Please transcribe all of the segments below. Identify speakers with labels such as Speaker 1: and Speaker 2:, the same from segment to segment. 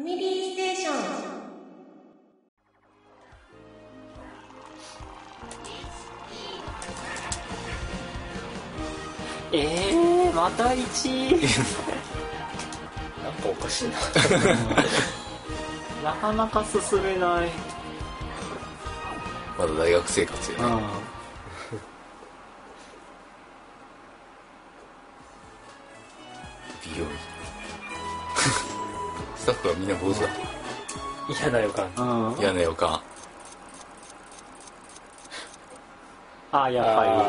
Speaker 1: ミリーステーション。
Speaker 2: また1
Speaker 3: なんかおかしい
Speaker 2: なかなか進めない。
Speaker 4: まだ大学生活よね。美容院スタッフはみんな坊主だ。
Speaker 3: 嫌な予感。
Speaker 4: 嫌な予感。
Speaker 2: やっぱ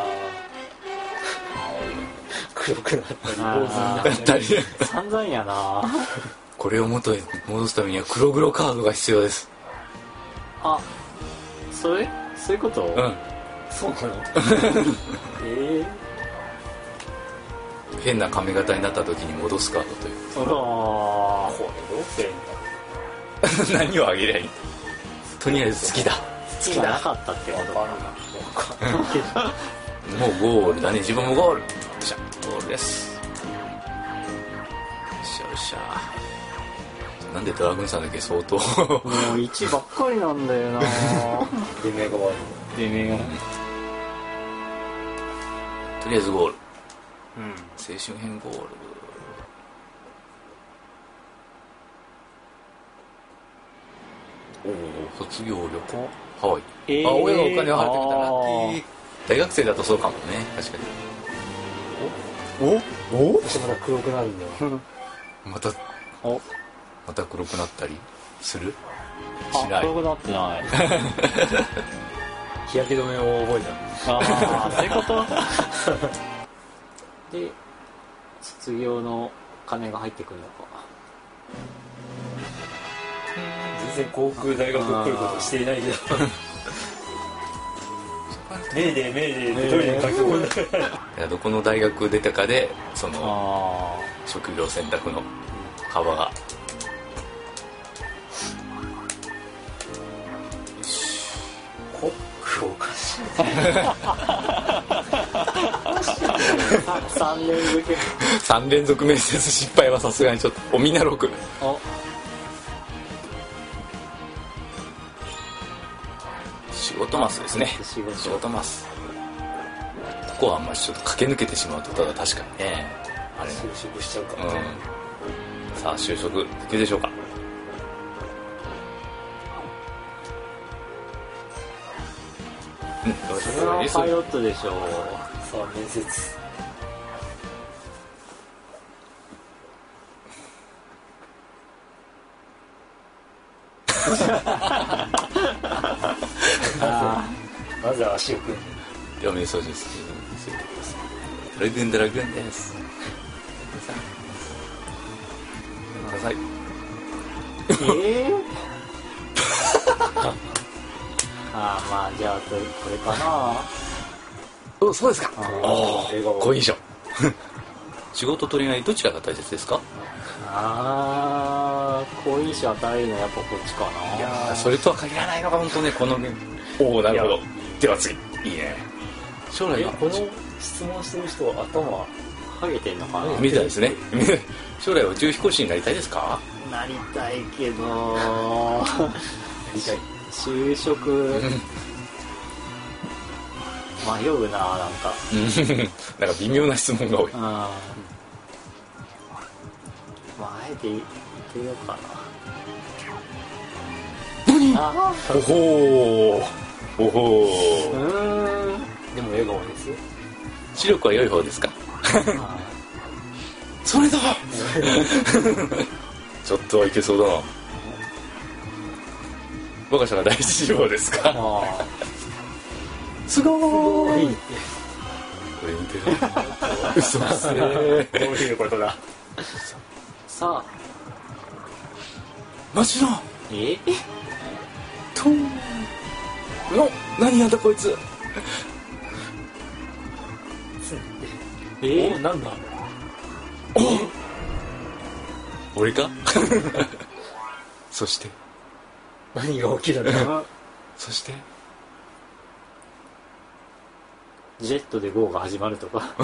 Speaker 3: 黒くなったり坊主にな
Speaker 4: だ
Speaker 3: っ
Speaker 4: ったり
Speaker 2: り散々やな。
Speaker 4: これを元に戻すためには黒黒カードが必要です。
Speaker 2: そういうこと？
Speaker 3: そうなの？
Speaker 4: 変な髪型になった時に戻すカードという。
Speaker 3: これどうせ
Speaker 4: 何をあげりゃいい？とりあえず好きだ。
Speaker 2: 好きがなかったってことかな。
Speaker 4: もうゴールだね。自分もゴール。よっしゃ、ゴールです。よっしゃよっしゃ。なんでドラグーンさんだけ相当
Speaker 2: もう1ばっかりなんだよな。
Speaker 3: 出目が悪い。
Speaker 2: 出目が。
Speaker 4: とりあえずゴール。青春編ゴール。卒業旅行ハワイ。親がお金を払ってくれたら大学生だとそうかもね。確かに。
Speaker 3: 私まだ黒くなるんだよ。
Speaker 4: また黒くなったりする？しない。
Speaker 2: 黒くなってない。
Speaker 3: 日焼け止めを覚えた。
Speaker 2: そういうことで卒業の金が入ってくるのか。
Speaker 3: 全然航空大学来ることしていないけど。メーデーメーデーってトイレに書き込んだ。
Speaker 4: いや、どこの大学出たかでその職業選択の幅が。
Speaker 3: コックおかしい。
Speaker 4: 3連続面接失敗はさすがにちょっと。みんな6。仕事マスですね。仕事マス。ここはあんまりちょっと駆け抜けてしまうと、ただ確かにね、あれ
Speaker 3: 就職しちゃうからね。
Speaker 4: さあ就職できるでしょうか。
Speaker 2: それはパイロットでしょう。
Speaker 3: さあ面接。まずは足を組んで。
Speaker 4: 両面操縦する。ドラグーンです。ください。
Speaker 2: まあじゃあこれかな。
Speaker 4: そうですか。好印象。仕事と恋愛どちらが大切ですか？
Speaker 2: 好印象与えるのはやっぱこっちかな。
Speaker 4: いやそれとは限らないのが本当ね、このね。なるほど。では次。いいね。将来は
Speaker 3: この質問してる人は頭
Speaker 2: ハゲてんのかな。
Speaker 4: みたいですね。将来は宇宙飛行士になりたいですか？
Speaker 2: なりたいけど就職迷うな。なんか
Speaker 4: なんか微妙な質問が多い。
Speaker 2: あえて言ってみようかな。
Speaker 4: おほ
Speaker 3: でも笑顔ですよ。
Speaker 4: 視力は良い方ですか？それだちょっとはいけそうだな。我が社が第一志望ですか？すごーい。これ似てる。嘘っすね。
Speaker 3: どういうことだ。
Speaker 2: さあ
Speaker 4: マジのとの何やんだこいつ。
Speaker 3: なんだ。
Speaker 4: 俺か？そして
Speaker 3: 何が起きるんだ。
Speaker 4: そして
Speaker 2: ジェットで GO が始まるとか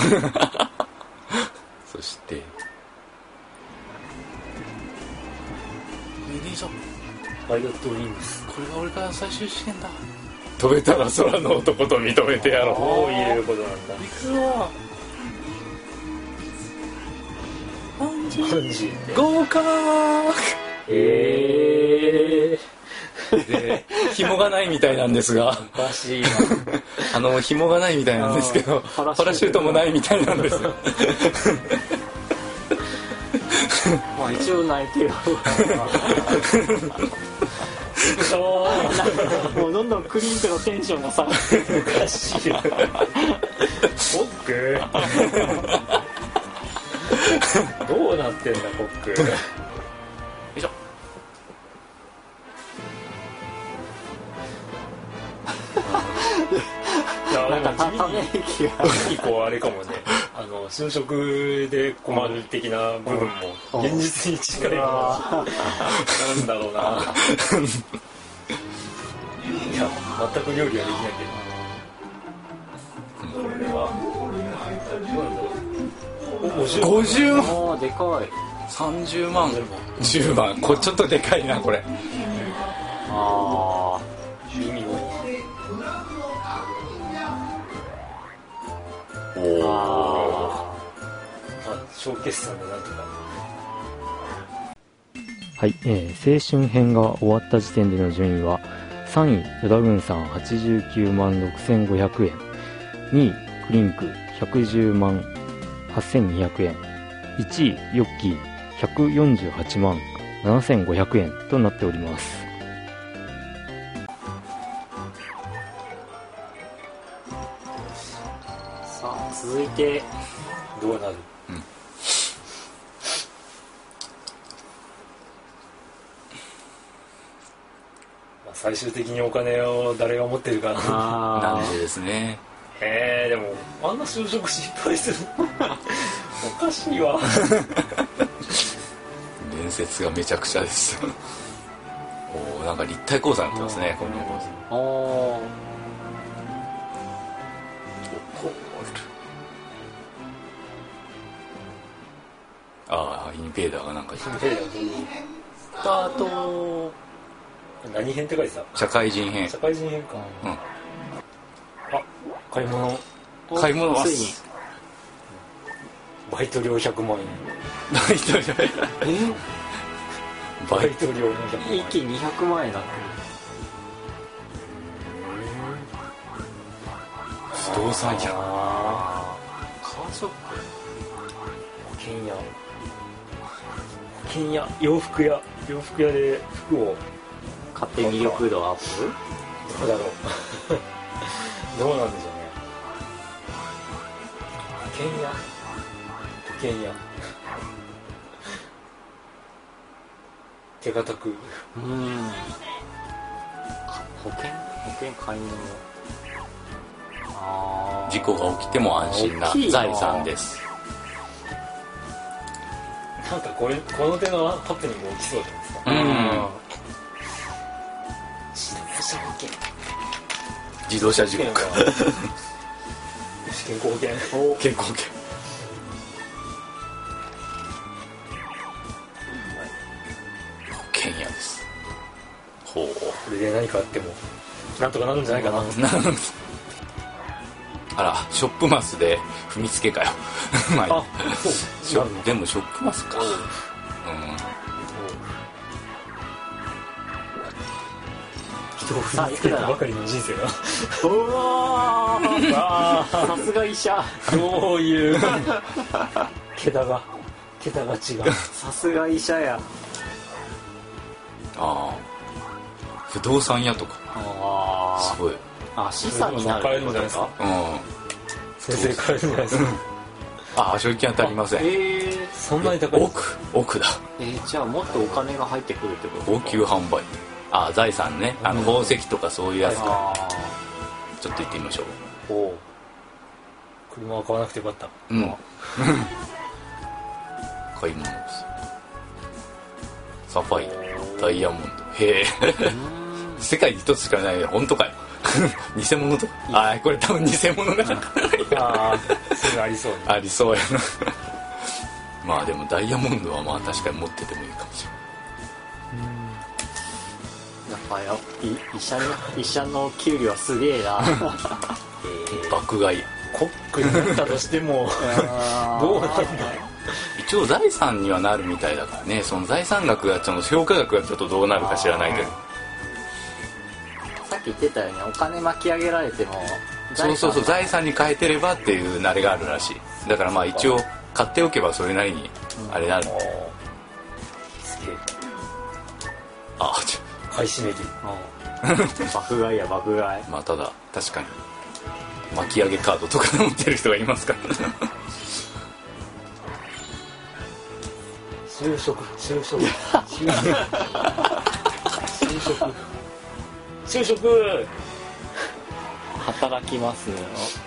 Speaker 4: そしていいぞ。
Speaker 3: パイロットウィングス。
Speaker 4: これが俺から最終試験だ。飛べたら空の男と認めてやろう。
Speaker 3: どういうことなんだ。
Speaker 4: 行くぞ。
Speaker 3: バンジー。
Speaker 4: 合格。で紐がないみたいなんですが、
Speaker 3: おかしいな。
Speaker 4: 紐がないみたいなんですけど、パラシュートもないみたいなんですよ。
Speaker 2: まあ一応泣いてるもうどんどんクリンクのテンションが下がってる。
Speaker 3: おかしいな。どうなってんだコック。
Speaker 4: よいしょ。
Speaker 2: なんかため息が
Speaker 3: 結構あれかもね。就職で困る的な部分も現実に近い。なんだろうな。いや全く料理はできないけど。これは
Speaker 4: 50万。
Speaker 2: おーでかい。
Speaker 4: 30万10万。これちょっとでかいなこれ。
Speaker 2: あ
Speaker 3: 意味を。
Speaker 2: あ
Speaker 3: 小決算でなんとか。
Speaker 1: はい、青春編が終わった時点での順位は3位与田軍さん89万6500円、2位クリンク110万8200円、1位ヨッキー148万7500円となっております。
Speaker 2: さあ続いて
Speaker 3: どうなる。最終的にお金を誰が持ってるかな。
Speaker 4: なんでですね。
Speaker 3: でもあんな就職失敗するおかしいわ。
Speaker 4: 伝説がめちゃくちゃです。おお、なんか立体交差になってますね。この
Speaker 2: おー
Speaker 4: ああ、インペーダーがなんか
Speaker 3: スタート何編って書いてた。
Speaker 4: 社会人編。
Speaker 3: 社会人編か。
Speaker 4: うん。
Speaker 3: あ、買い物。
Speaker 4: 買い物は
Speaker 2: ついに
Speaker 3: バイト料100万円。
Speaker 4: バイト料
Speaker 3: バイト料の100万円。
Speaker 2: 一気に200万円になって
Speaker 4: 不動産屋。
Speaker 3: あ
Speaker 2: る。カーショップ。
Speaker 3: 保険屋。保険屋。洋服屋。洋服屋で服を
Speaker 2: 買って魅力度アップ。
Speaker 3: どうだろう。どうなんでしょうね。保険屋。保険屋。手堅く。
Speaker 2: 保険買い物。
Speaker 4: 事故が起きても安心な財産です。
Speaker 3: なんかこの手のハプニング起きそうじゃないですか。
Speaker 4: 自動車事故か。
Speaker 3: 健康保険。
Speaker 4: 健康保険。保険屋です。ほう。
Speaker 3: これで何かあってもなんとかなるんじゃないかな。
Speaker 4: あら、ショップマスで踏みつけかよ。まあ、
Speaker 3: あ、そう。
Speaker 4: でもショップマスか。
Speaker 3: 人を踏みつけたばかりの人生だ。
Speaker 2: うわーさすが医者。
Speaker 3: どういう桁が違う。
Speaker 2: さすが医者や。
Speaker 4: ああ、不動産屋とかすごい。
Speaker 2: 資産になるってことか。
Speaker 3: 先生買えるんじゃないですか。
Speaker 4: ああ、賞金当たりません。
Speaker 3: そんなに高い。
Speaker 4: 億だ。
Speaker 2: じゃあもっとお金が入ってくるってことか。
Speaker 4: 高級販売。ああ、財産ね。宝石とかそういうやつか。ちょっと行ってみましょう。
Speaker 3: おう。車は買わなくてよかった。
Speaker 4: 買い物です。サファイア、ダイヤモンド。へえ。世界に一つしかない。本当かよ。偽物とか。ああ、これ多分偽物だ。
Speaker 3: ああ、そういうのありそうね。
Speaker 4: ありそうやな。まあでもダイヤモンドはまあ確かに持っててもいいかもしれない。
Speaker 2: ぱ医者の給料すげえな。
Speaker 4: 爆買い。
Speaker 3: コックになったとしてもどうなんだ。
Speaker 4: 一応財産にはなるみたいだからね。その財産額がその評価額がちょっとどうなるか知らないけど。
Speaker 2: さっき言ってたようにお金巻き上げられても
Speaker 4: そう財産に変えてればっていう慣れがあるらしい。だからまあ一応買っておけばそれなりにあれなる。
Speaker 3: すげえ。買い占めてる。
Speaker 2: 爆買いや爆買い。
Speaker 4: まあただ確かに巻き上げカードとか持ってる人がいますから
Speaker 3: 就職
Speaker 2: 働きますよ。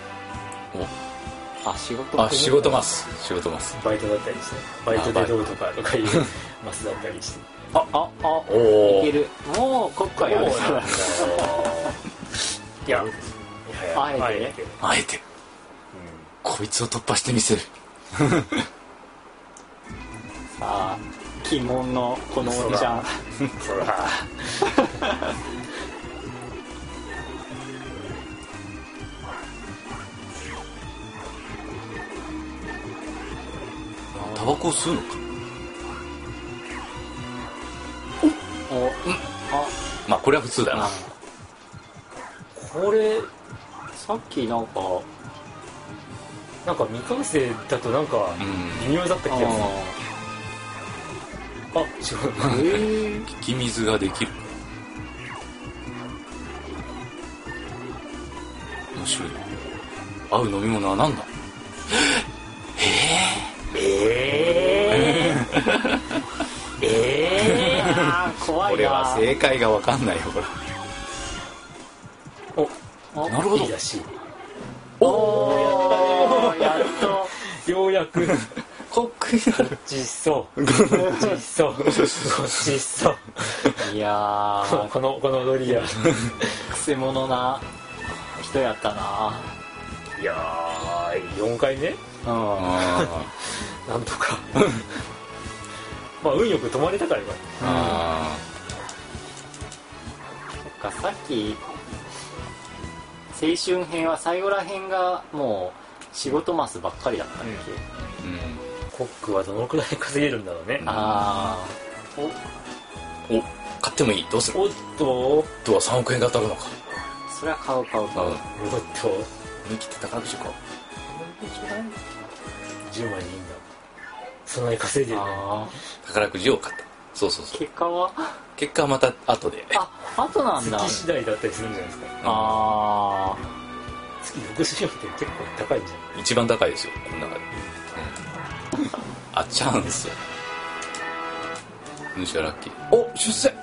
Speaker 4: 仕事ます
Speaker 3: バイトだったりしてバイトでどうとかいうマスだったりして
Speaker 2: いける。もうこっからやる。
Speaker 3: いや
Speaker 2: あえて、
Speaker 4: こいつを突破してみせる
Speaker 2: さあ鬼門のこのおじちゃん。
Speaker 3: そら
Speaker 4: タバコを吸うのか。まあこれは普通だな。
Speaker 3: これ
Speaker 2: さっきなんか
Speaker 3: 未完成だと微妙だった気がする。違う。
Speaker 4: 利き水ができる。面白い。合う飲み物は何だ。
Speaker 2: 怖いな。
Speaker 4: これは正解が分かんないよこれ。なるほど。
Speaker 3: いいらしい。
Speaker 2: やっと
Speaker 3: ようやく
Speaker 4: かっこいいな。
Speaker 3: ごちそう
Speaker 2: いやー
Speaker 3: この踊りや
Speaker 2: くせ者な人やったな。
Speaker 3: いやー4回目なんとかまあ運よく止まれたから今。
Speaker 2: そっか、さっき青春編は最後ら辺がもう仕事マスばっかりだったっけ。
Speaker 3: コックはどのくらい稼げるんだろうね。
Speaker 4: お買ってもいい。どうする。
Speaker 3: おっと
Speaker 4: は3億円が当たるのか。
Speaker 2: それは買う。
Speaker 3: おっと
Speaker 4: 思い切って宝くじか。
Speaker 3: 10万人だ。そんなに稼いでるね。
Speaker 4: 宝くじを買った。そう
Speaker 2: 結果は
Speaker 4: また後で。
Speaker 2: 後なんだ。
Speaker 3: 月次第だったりするんじゃないですか。月60って結構高いんじゃない。
Speaker 4: 一番高いですよこの中で。チャンス。主はラッキー。お出世。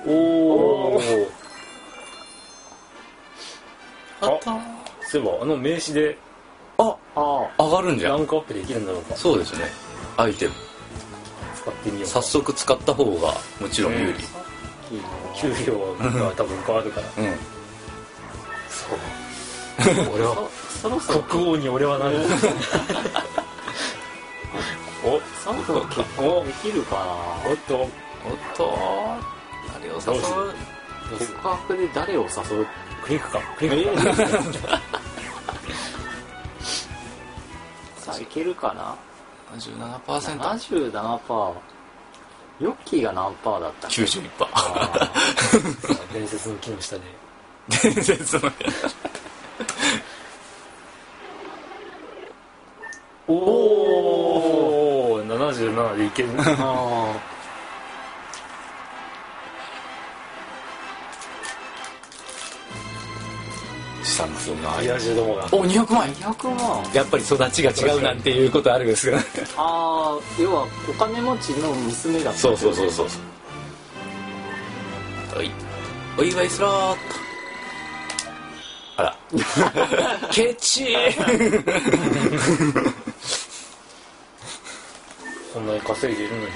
Speaker 3: そういえば名刺で
Speaker 4: 上がるんじゃん。
Speaker 3: ランクアップできるんだろうか。
Speaker 4: そうですね。アイテム
Speaker 3: 使ってみよう。
Speaker 4: 早速使った方がもちろん有利。
Speaker 3: 給料が多分変わるから。そう俺は
Speaker 2: そろそろ
Speaker 3: 国王に俺はなる。
Speaker 2: そろそろ結婚できるかな。
Speaker 3: おっと
Speaker 4: 誰を誘う。
Speaker 2: 告白で誰を誘う。
Speaker 3: クリックか。
Speaker 2: さあいけるかな。
Speaker 4: 77%。
Speaker 2: 77%。ヨッキーが何パーだったっけ。
Speaker 4: 91%。
Speaker 3: 伝説の木の下で。
Speaker 4: 伝説の
Speaker 3: 77でいける。
Speaker 4: 資産がそんな。
Speaker 3: リア充どもが。
Speaker 4: お200万。
Speaker 2: 200万。
Speaker 4: やっぱり育ちが違うなんていうことあるんですが。
Speaker 2: 要はお金持ちの娘だった。
Speaker 4: そう。お祝いすろーっと。あら。ケチ
Speaker 3: そんなに稼いでいるのに。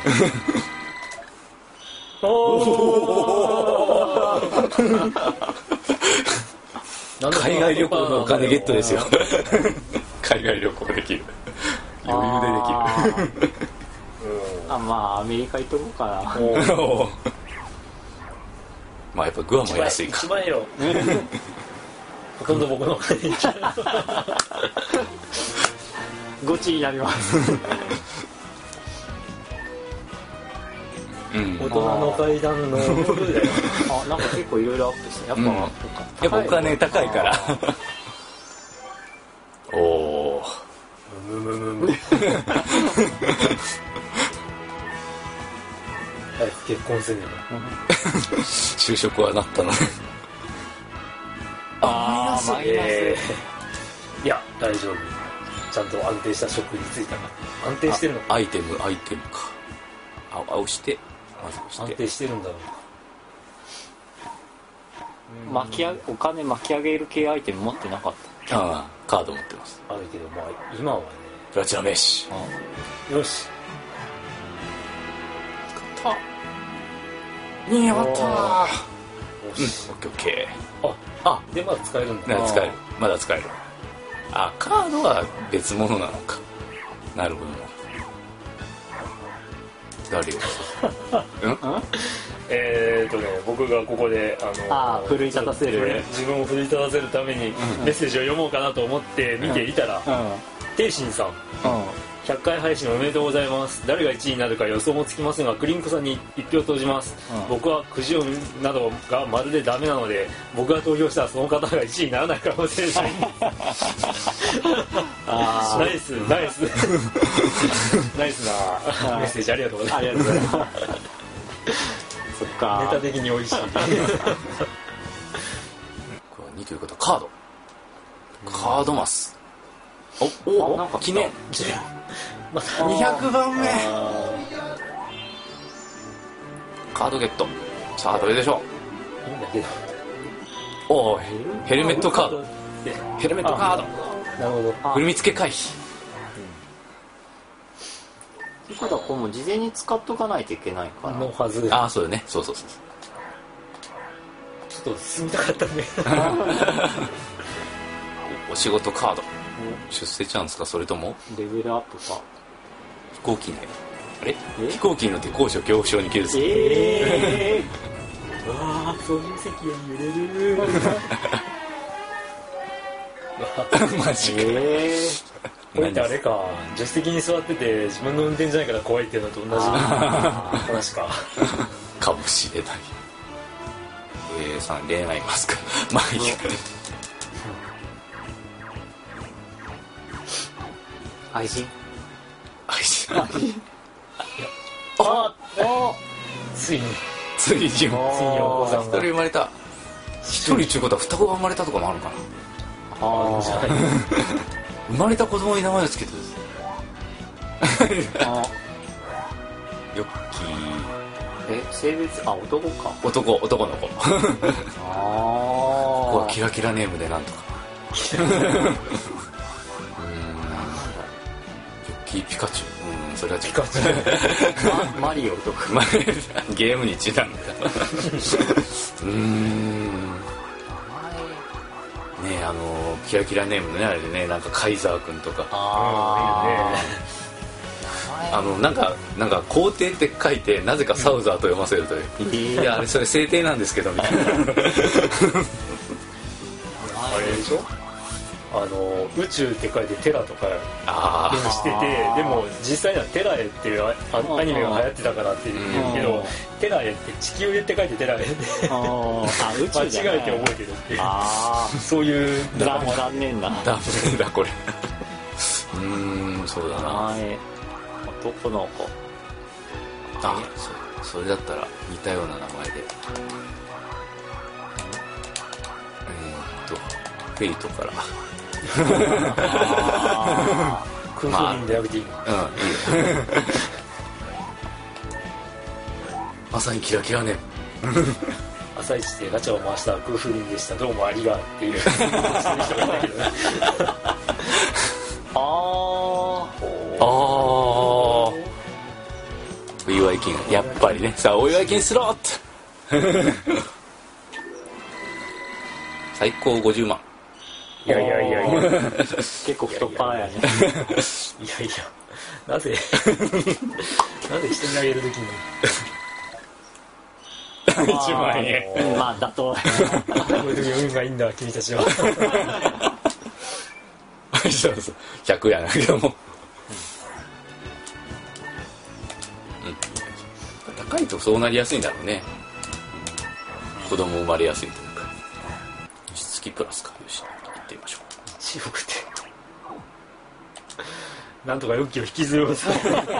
Speaker 4: 海外旅行のお金ゲットですよ。海外旅行できる。余裕でできる。
Speaker 2: まあアメリカ行っとこうかな。
Speaker 4: まあやっぱグアムは安いか。
Speaker 3: 1万円よほとんど僕のお金にいっちゃう
Speaker 2: ゴチになります
Speaker 4: うん、
Speaker 3: 大人の階段の
Speaker 2: あ、なんか結構いろいろアップしてやっぱ、
Speaker 4: うん、やっぱお金高いからおお
Speaker 3: 早く結婚せね
Speaker 4: 就職はなったの
Speaker 2: あーマイナス、
Speaker 3: いや大丈夫、ちゃんと安定した職に就いたから安定してるのか
Speaker 4: アイテムか押してまず押して
Speaker 3: 安定してるんだろう
Speaker 2: お金巻き上げる系アイテム持ってなかっ
Speaker 4: ああカード持ってます。
Speaker 3: あるけどまあ今はね
Speaker 4: プラチナメッシ
Speaker 3: よし
Speaker 4: やったー、
Speaker 3: よし、
Speaker 4: オッケーオッケ
Speaker 3: あでまだ使えるんだ
Speaker 4: ー。使える、まだ使える。あ、カードは別物なのか。なるほど。誰よ
Speaker 3: 僕がここで
Speaker 2: 奮い立たせる
Speaker 3: 自分を奮い立たせるためにメッセージを読もうかなと思って見ていたら、テイシンさん、100回配信おめでとうございます。誰が1位になるか予想もつきませんが、クリンクさんに1票投じます。僕はくじ運などがまるでダメなので、僕が投票したらその方が1位にならないかもしれないナイスナイスナイスなメッセージありがとうございます。
Speaker 2: ありがとうございますそっか、
Speaker 3: ネタ的に美味しい
Speaker 4: これ2ということはカードマス。お
Speaker 2: なんか
Speaker 4: 記念
Speaker 3: また
Speaker 4: 200番目カードゲット。さあどれでしょ
Speaker 3: いいんだけど、
Speaker 4: う。おおヘルメットカード、ヘルメットカード、
Speaker 3: なるほど。
Speaker 4: 振り見つけ回避。
Speaker 2: ということはこれも事前に使っとかないといけないから
Speaker 3: のはず。
Speaker 4: ああそうだね、そう
Speaker 3: ちょっと進みたかったね
Speaker 4: お仕事カード、出世チャンスか、それとも
Speaker 2: レベルアップか。
Speaker 4: 飛行機内、あれ飛行機に乗って高所恐怖症に傷つく。
Speaker 3: わあ、そういう席が揺れる
Speaker 4: マジか。
Speaker 3: これってあれか、助手席に座ってて自分の運転じゃないから怖いっていうのと同じ話か
Speaker 4: かもしれない。さん恋愛ますかまあいいや。
Speaker 2: 愛人
Speaker 4: 愛人
Speaker 3: ついに
Speaker 4: ついに
Speaker 3: お子さんが
Speaker 4: 一人生まれた。一人っていうことは双子が生まれたとかもあるかな。
Speaker 3: ああじゃない
Speaker 4: 生まれた子供に名前をつけてるヨッキー。
Speaker 2: 性別男か。
Speaker 4: 男の子ここはキラキラネームでなんとかなんだヨッキーピカチュウ、それは違う。
Speaker 3: ピカチュ
Speaker 2: マリオとか
Speaker 4: ゲームにちなんだねえ、キラキラネームのね、あれでね、なんかカイザー君とか、なんか皇帝って書いてなぜかサウザーと読ませるという、いやあれそれ制定なんですけどみたいな
Speaker 3: あれでしょ、宇宙って書いてテラとかしてて、でも実際にはテラエっていうアニメが流行ってたからって言うけど、テラエって地球へって書いてテラエで間違えて覚えてるっていう、そういう
Speaker 2: 残念だ
Speaker 4: ダメだこれそうだな。
Speaker 2: 男の子。
Speaker 4: それだったら似たような名前でフェイトから
Speaker 3: 空想人でやめていいの、
Speaker 4: いいよまさにキラキラね
Speaker 3: 朝一でガチャを回した空風鈴でした、どうもありがっていう人がいたけどね
Speaker 4: お祝い金、やっぱりね。さあお祝い金スロット最高50万。
Speaker 3: いや
Speaker 2: 結構太っ腹やね。
Speaker 3: なぜ人にあげるときに
Speaker 4: 1万円。
Speaker 2: まあ妥当。
Speaker 3: こういう時運がいいんだ君たちは。
Speaker 4: そうそう100やなけども、高いとそうなりやすいんだろうね。子供生まれやすいというか。月プラスか。よし、行ってみましょう。
Speaker 3: 1億ってなんとか4機を引きずろうと。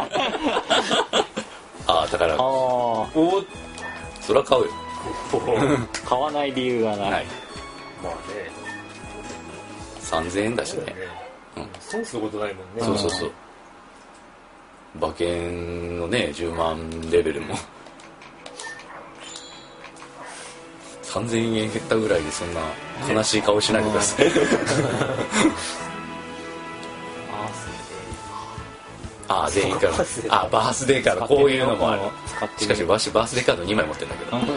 Speaker 4: ああだから
Speaker 2: お
Speaker 4: そら買うよ。
Speaker 2: 買わない理由がない、
Speaker 4: はい、
Speaker 3: まあね
Speaker 4: 3000円だしね。
Speaker 3: 損することないもんね。
Speaker 4: そうそうそう。馬券のね10万レベルも3000円減ったぐらいでそんな悲しい顔しないでください。ああ全員からあバースデーカードこういうのもある。しかしわしバースデーカード2枚持ってんだけど。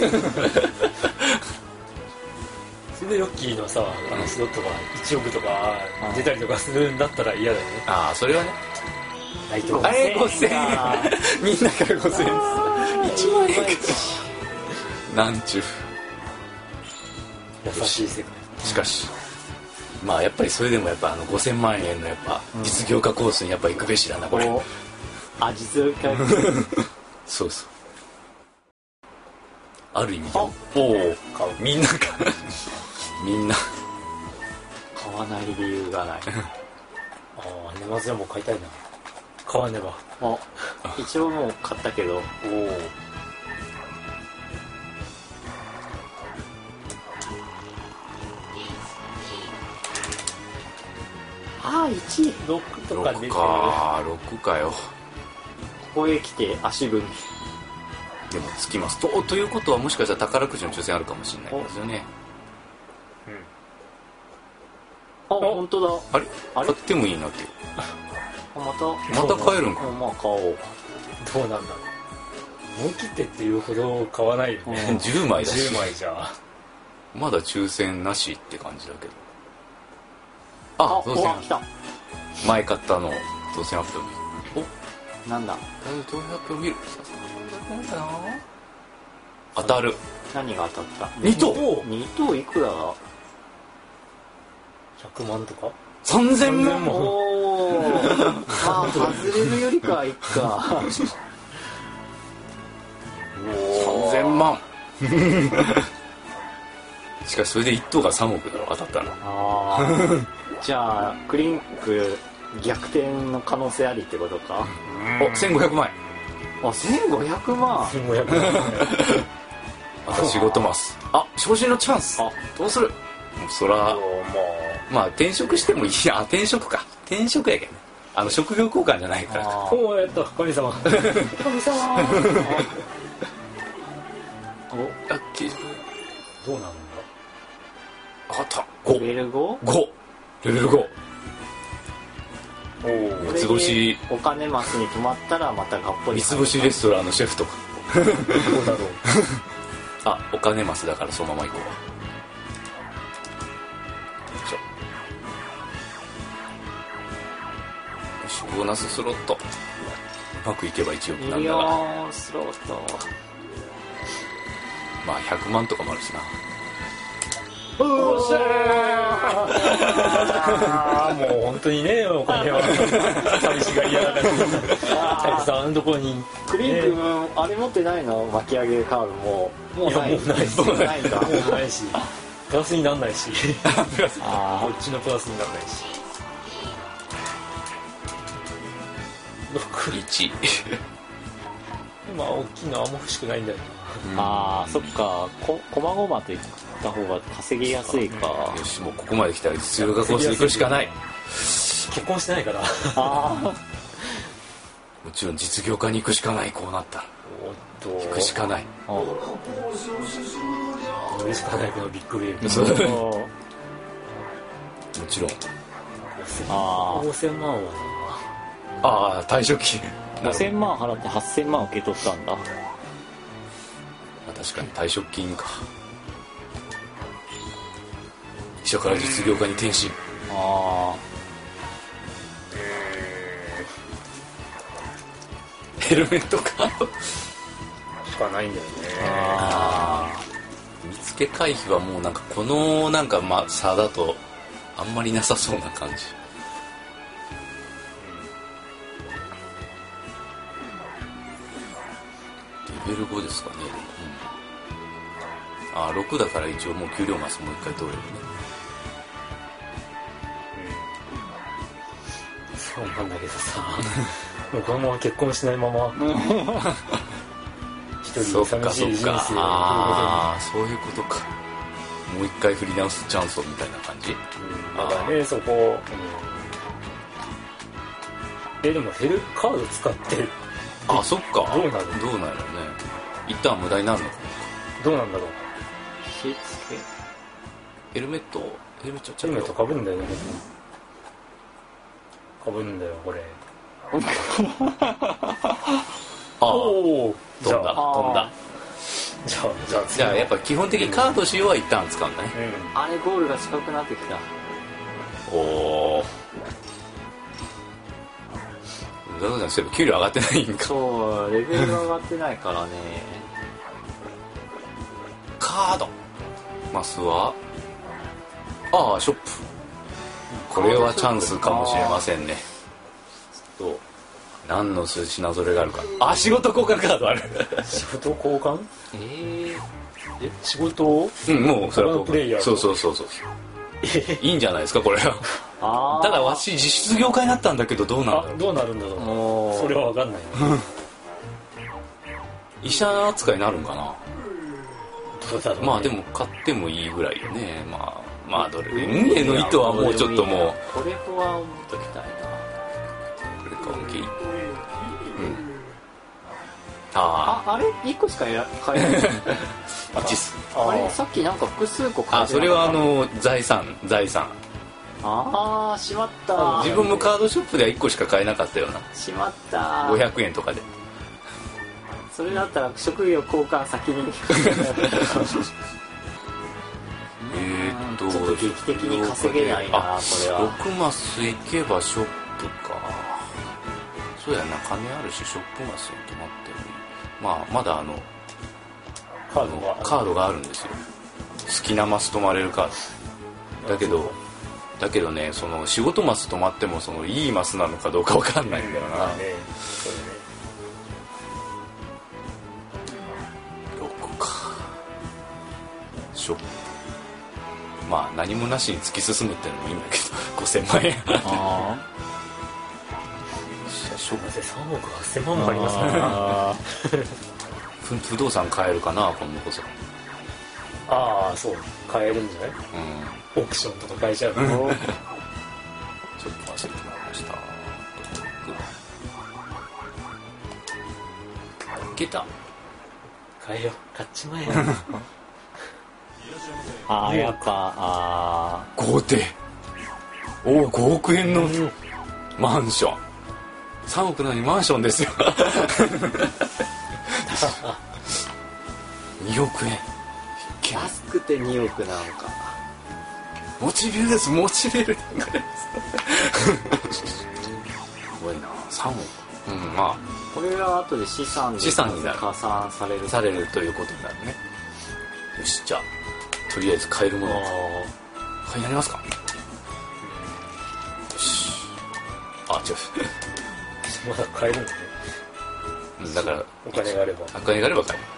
Speaker 3: それでヨッキーのさスロットが1億とか出たりとかするんだったら嫌だよね。
Speaker 4: ああそれはね。
Speaker 3: ないと
Speaker 4: あれ5000円みんなから5000円です。1万円かなんちゅう
Speaker 3: 優しい世界。
Speaker 4: しかしまあやっぱりそれでもやっぱ5000万円のやっぱ実業家コースにやっぱ行くべしだなこれ。
Speaker 2: 実業家
Speaker 4: そうそうある意味でおおみんなかみんな
Speaker 2: 買わない理由がない。
Speaker 3: ああ年末はもう買いたいな。買わねば。
Speaker 2: 一応もう買ったけど。1
Speaker 3: 6とか出てる。
Speaker 4: 6かよ。
Speaker 2: ここへ来て足踏み
Speaker 4: でもつきますということはもしかしたら宝くじの抽選あるかもしれないですよね。
Speaker 2: 本当だ。
Speaker 4: あれ買ってもいいなって
Speaker 2: ま
Speaker 4: た買えるんか。
Speaker 2: まあ買おう。
Speaker 3: どうなんだろう。思い切ってっていうほど買わないよね。
Speaker 4: 10枚だし
Speaker 3: 10枚じゃ
Speaker 4: まだ抽選なしって感じだけど。当選
Speaker 2: 来た。
Speaker 4: 前買ったの当選発表見る。
Speaker 2: なんだ
Speaker 4: 当選発表見る。当たる。
Speaker 2: 何が当たった？
Speaker 4: 2等
Speaker 2: 2等いくらだ
Speaker 3: 100万とか
Speaker 4: 3000万
Speaker 2: おおまあ外れるよりかはいっか。
Speaker 4: 3000万しかしそれで1等が3億だろ当たったの。
Speaker 2: じゃあクリンク逆転の可能性ありってことか。
Speaker 4: 1500万円。
Speaker 2: 1500万。
Speaker 3: 1500万。
Speaker 4: また仕事ます昇進のチャンス。どうする。そらまあ転職してもいいや。転職か。転職やけどね。職業交換じゃないからか。
Speaker 3: おおやった神様。
Speaker 2: 神様。
Speaker 4: ラッキー。
Speaker 3: どうなんだ。
Speaker 4: あった
Speaker 2: レベル 5？
Speaker 4: 5レベル5。
Speaker 2: 三つ星お金マスに泊まったらまたがっぽり
Speaker 4: 三つ星レストランのシェフとか。
Speaker 3: どうだろう。
Speaker 4: お金マスだからそのまま行こう。よしボーナススロットうまくいけば1億なんだが。
Speaker 2: スロット
Speaker 4: まあ100万とかもあるしな。
Speaker 3: おっしゃーもう本当にねお金は寂しがり屋だからたくさんどこに
Speaker 2: クリンクあれ持ってないの巻き上げカードもうない。
Speaker 3: もうないんだ。もうないしプラスになんないしこっちのプラスになんないし
Speaker 4: 1
Speaker 3: 今大きいのあんま欲しくないんだよ
Speaker 2: な。そっかこまごまといった方が稼ぎやすいか。
Speaker 4: よしもうここまで来たら実力がコース行くしかない。
Speaker 3: 結婚してないから
Speaker 4: もちろん実業家に行くしかない。こうなったら行くしかない。
Speaker 3: 嬉しかないけどビッグウェーブ。
Speaker 4: もちろん
Speaker 3: 5000万は
Speaker 4: 退職金
Speaker 2: 5000万払って8000万受け取ったんだ。
Speaker 4: 確かに退職金か。医者から実業家に転身。
Speaker 3: な
Speaker 4: ヘルメットか
Speaker 3: しかないんだよね。
Speaker 4: 見つけ回避はもうなんかこのなんかまあ差だとあんまりなさそうな感じ。レベル5ですかね。6だから一応もう給料マスもう一回通れるね。
Speaker 3: そうなんだけどさ、もうこのまま結婚しないまま一人寂しい人生を送ることに。
Speaker 4: そういうことか。もう一回振り直すチャンスをみたいな感じ。
Speaker 3: だからね、そこ、でもフェルカード使って
Speaker 4: そっか。
Speaker 3: どうなる
Speaker 4: ね。一旦無駄になるのか。
Speaker 3: どうなんだろう。
Speaker 4: ヘルメット
Speaker 3: かぶるんだよね。かぶるんだよこれ。おお、飛んだ。じゃあ
Speaker 4: やっぱ基本的にカード使用は一旦使うんだね。
Speaker 2: あれゴールが近くなってきた。
Speaker 4: おお。だからそういえば給料上がってないんか。
Speaker 2: そう、レベルが上がってないからね。
Speaker 4: カードマスはショップ。これはチャンスかもしれませんね。ちょっと何の品ぞれがあるか。仕事交換カードある。
Speaker 3: 仕事交換？仕事を？
Speaker 4: もうそれは
Speaker 3: プレイヤー。
Speaker 4: そう。いいんじゃないですかこれは。ただわし実質業界になったんだけどどうなんだろう。
Speaker 3: どうなるんだろう。それは分かんないな。
Speaker 4: 医者扱いになるんかな。
Speaker 3: どうだろうね。
Speaker 4: まあでも買ってもいいぐらいよね。まあどれ運命の糸はもうちょっともう
Speaker 2: これとは思っときたいな。
Speaker 4: これか OK。
Speaker 2: あれ1個しか買えない。
Speaker 4: チス。
Speaker 2: あれさっきなんか複数個買えて
Speaker 4: それは財産。
Speaker 2: しまった。
Speaker 4: 自分もカードショップでは1個しか買えなかったよな。
Speaker 2: しまった。
Speaker 4: 500円とかで。
Speaker 2: それだったら職業交換先に。ちょっと劇的に稼げないなこれは。
Speaker 4: 6マス行けばショップか。そうやな、金あるしショップマスに泊まってもいい。まだカードがあるんですよ。好きなマス泊まれるカードだけどね、その仕事マス泊まってもそのいいマスなのかどうかわかんないんだよな。6か。ショップ何もなしに突き進むってのもいいんだけど5000万円。
Speaker 3: 3億8000万もありますからね。
Speaker 4: 不動産買えるかな今度こそ。
Speaker 3: そう買えるんじゃない？オークションとか買えちゃう。ちょっと
Speaker 4: 忘れてもらいました。いけた。
Speaker 3: 買えよ、買っちまえよ。
Speaker 2: やっぱ
Speaker 4: 豪邸。5億円のマンション。3億なのにマンションですよ。2億円。
Speaker 2: 安くて2億なのか。
Speaker 4: モチベルです。すごいな。3億。
Speaker 2: これが後で資産に
Speaker 4: なる。
Speaker 2: 加算される
Speaker 4: ということになるね。よし、じゃあとりあえず買えるもの買いなりますか。よし。違う。
Speaker 3: まだ買えるんだね。
Speaker 4: だから
Speaker 3: お金があれば
Speaker 4: 買える。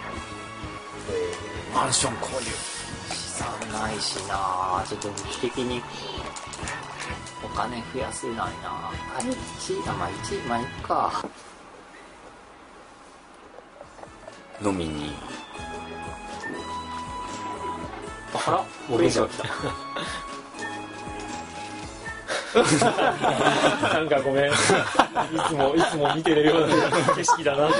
Speaker 4: マンション購入。
Speaker 2: 資産ないしな。ちょっと劇的にお金増やせないな。1いっか。
Speaker 4: 飲みに。
Speaker 2: 僕が来た。
Speaker 3: なんかごめん。いつも見てるような景色だなって。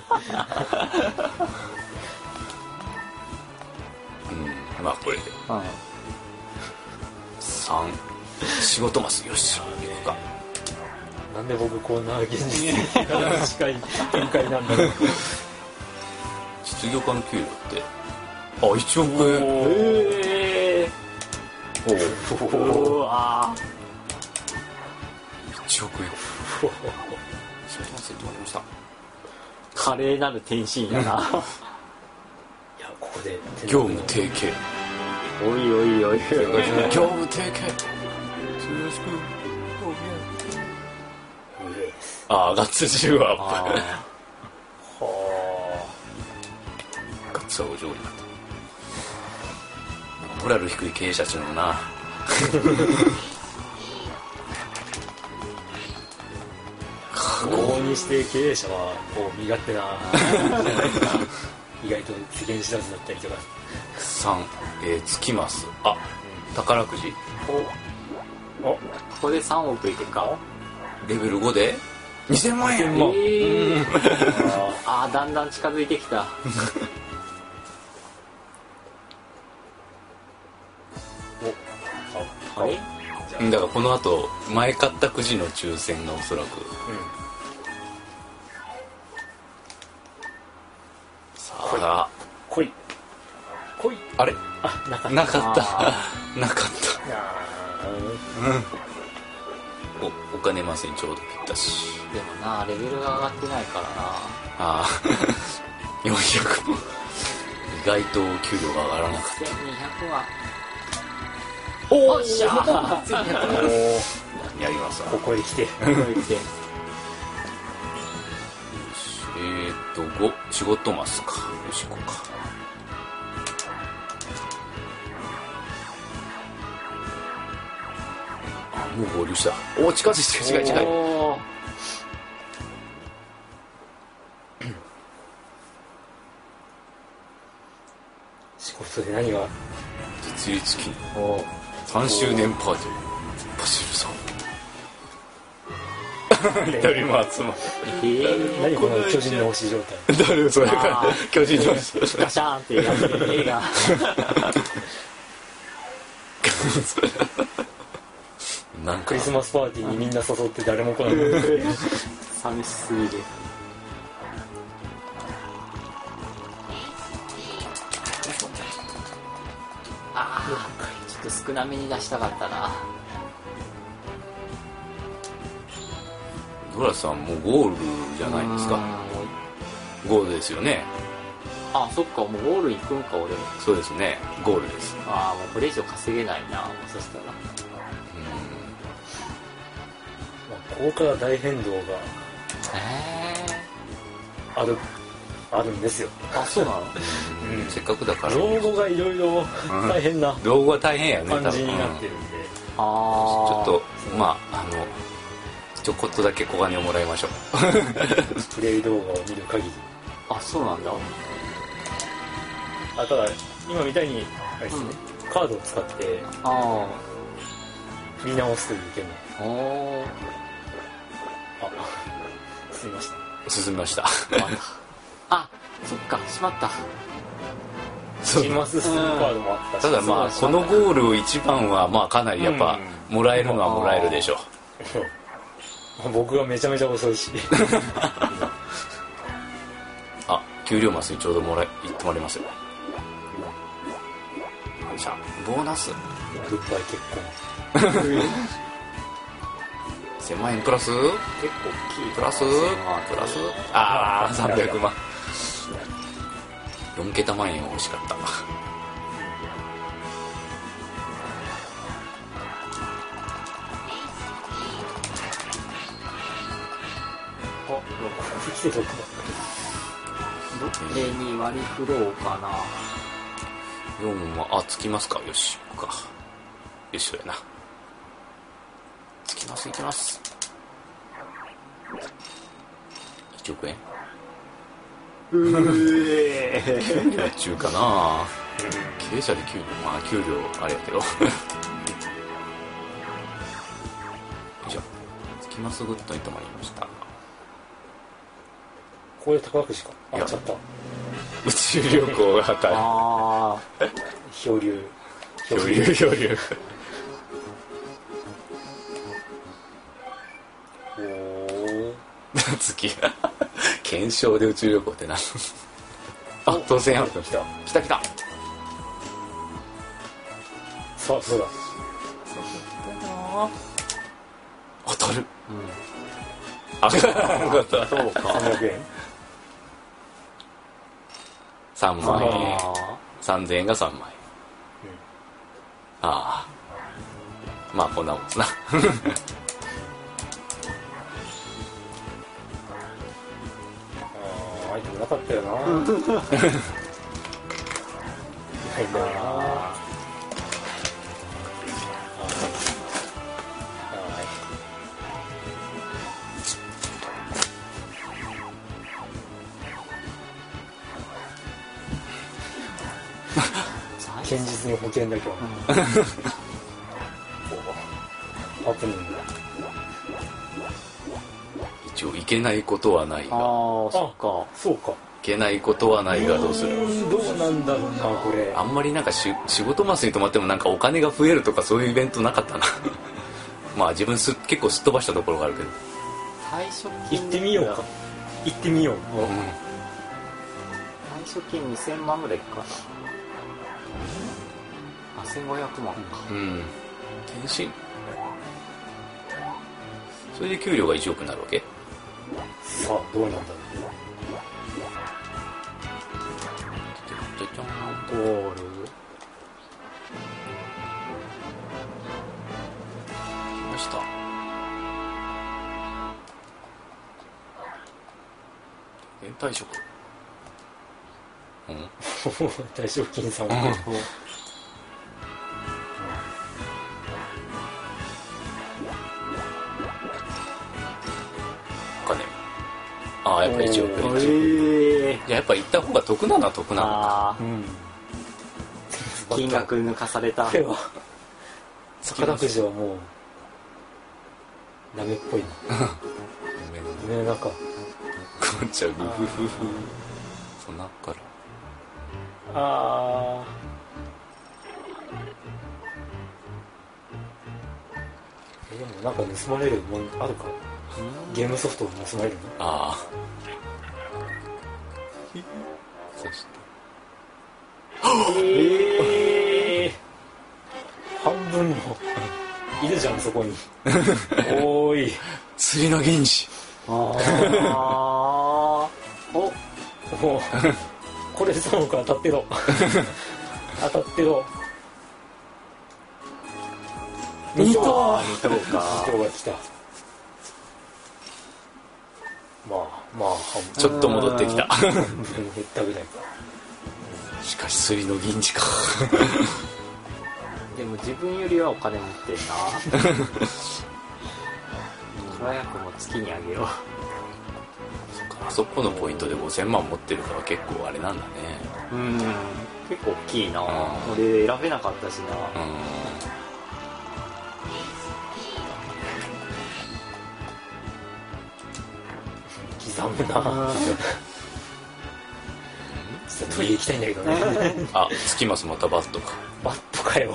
Speaker 4: これで。3仕事マス。よし、行くか。
Speaker 3: なんで僕こんな現実に近い展開なんだろう。
Speaker 4: 実業家の給料って1億円。1億円。仕事マスに止まりました。カ
Speaker 2: 華麗なる天津やな。
Speaker 3: いやここで
Speaker 4: 業務提携。
Speaker 2: おいおいおい。
Speaker 4: 業務提携。ああ、ガッツ10アップ。
Speaker 3: は
Speaker 4: ガッツはお上になった。モラル低い経営者っていうのもな。
Speaker 3: あ往々にして経営者はこう身勝手な意外と世間知らずだったりとか。
Speaker 4: 3、つきます。あ、宝くじ。
Speaker 2: ここで3億いてか。
Speaker 4: レベル5で2000万円。
Speaker 2: ああ、だんだん近づいてきた。あれ
Speaker 4: だからこの後前買ったくじの抽選がおそらく、さあ
Speaker 3: 来い
Speaker 4: あれ
Speaker 3: あなかった
Speaker 4: なかったなかっ
Speaker 3: あ
Speaker 4: た。お金ませんちょうどぴったし。
Speaker 2: でもな、レベルが上がってないからな。
Speaker 4: ああ400も意外と給料が上がらなかっ
Speaker 2: 1200万。
Speaker 3: お
Speaker 2: っしゃー。
Speaker 4: た。やりますわ。
Speaker 3: ここへ来て
Speaker 4: 5仕事マスか。よし行こうか。あ、もう合流した。お、近づいてる。近い。
Speaker 2: おー
Speaker 3: 仕事で何が
Speaker 4: 実立記念3周年パーティー。パシルさん一人も集まる。
Speaker 3: 何この巨人の推し状態。
Speaker 4: 誰それか巨人の
Speaker 2: ガシャーンってやってる映画。
Speaker 4: なんか
Speaker 3: クリスマスパーティーにみんな誘って誰も来ない。
Speaker 2: 寂しすぎる。ああ、ちょっと少なめに出したかったな。
Speaker 4: ドラさんもうゴールじゃないですか。ゴールですよね。
Speaker 2: あ、そっか、もうゴール行くんか俺。
Speaker 4: そうですね、ゴールです。
Speaker 2: ああ、もうこれ以上稼げないな、もうそしたら。
Speaker 3: ここから大変動があるんですよ。
Speaker 2: あ、そうなの？
Speaker 4: せっかくだから
Speaker 3: 老後がいろいろ大変な
Speaker 4: 老後は大変やね
Speaker 3: 感じになってるんで、
Speaker 2: ああ。
Speaker 4: ちょっとまあちょこっとだけ小金をもらいましょう。
Speaker 3: プレイ動画を見る限り。
Speaker 2: あ、そうなんだ。
Speaker 3: あ、ただ今みたいにあれですね、カードを使って
Speaker 2: あ
Speaker 3: 見直すという手も。
Speaker 2: あ。おー。
Speaker 3: すみません。
Speaker 4: 進みました。
Speaker 2: あ、そっか、しまった。
Speaker 3: シマスカードもあったし。
Speaker 4: ただまあこのゴール一番はまあかなりやっぱもらえるのはもらえるでしょう。
Speaker 3: 僕がめちゃめちゃ遅いし。
Speaker 4: あ、給料マスにちょうど行ってもらいますよ。じゃあボーナス
Speaker 3: グッバイ結婚。
Speaker 4: 1000万円プラス
Speaker 2: 結構大きい。
Speaker 4: プラスああ300万。4桁万円欲しかった。
Speaker 3: あ、来てどこ
Speaker 2: どれに割り振ろうかな。
Speaker 4: 4はつきますか。よし行くか。よしそうやな。つきます行きます。1億円中かな。経営者で給料、まあ給料あれやけど。じゃあつきますグッドに止まりました。
Speaker 3: ここで宝くじか。あ、
Speaker 4: いや
Speaker 3: ちゃった。
Speaker 4: 宇宙旅行が当たる。
Speaker 2: あ
Speaker 3: 漂流。
Speaker 4: 漂流。
Speaker 3: おー。
Speaker 4: 月検証で宇宙旅行ってな。あ、当選あった。
Speaker 3: 来た。
Speaker 4: 来た。
Speaker 3: さあ、そうだ。
Speaker 4: 当たる。
Speaker 2: うん。
Speaker 4: あ、よかった。
Speaker 2: そうか。
Speaker 3: 300円。
Speaker 4: 3枚3000円が3枚、ああまあこんなもんですな
Speaker 3: アイテムなかったよなないんだよな堅実に保険だけは、ハプニング
Speaker 4: 一応いけないことはないが、
Speaker 3: そうか
Speaker 4: いけないことはないがどうする。
Speaker 3: どうなんだろうなこれ。
Speaker 4: あんまりなんか仕事マスに泊まってもなんかお金が増えるとかそういうイベントなかったなまあ自分結構すっ飛ばしたところがあるけど、
Speaker 2: 退職金
Speaker 3: 行ってみようか。行ってみよう、
Speaker 2: 退職金2000万ぐらいかな。1500万か。
Speaker 4: 転身それで給料が1億になるわけ。
Speaker 3: さあどうなんだろう。ゴール
Speaker 4: 来ました。退職
Speaker 3: 退職金さん
Speaker 4: ああやっぱ1億じゃあやっぱ行った方が得なのは得なのか。
Speaker 2: 金額抜かされた。
Speaker 3: 宝くじはもうダメっぽいな夢の中
Speaker 4: こっちゃうグフフフそんなから
Speaker 3: でもなんか盗まれるもんあるか。ゲームソフトを盗まれるの。
Speaker 4: そして
Speaker 3: 半分もいるじゃんそこにおーい
Speaker 4: 釣りの原始
Speaker 3: これそうか当たってろ当たってろ2頭が来た。まあ
Speaker 4: ちょっと戻ってきた
Speaker 3: 半分減ったぐらいか。
Speaker 4: しかし釣りの銀次か
Speaker 2: でも自分よりはお金持ってるなトラヤクも月にあげよう。
Speaker 4: あそこのポイントで5000万持ってるから結構あれなんだね。
Speaker 2: 結構大きいな。俺選べなかったしな。
Speaker 3: 刻むなトイレ行きたいんだけどね
Speaker 4: つきますまたバットか。
Speaker 3: バットかよ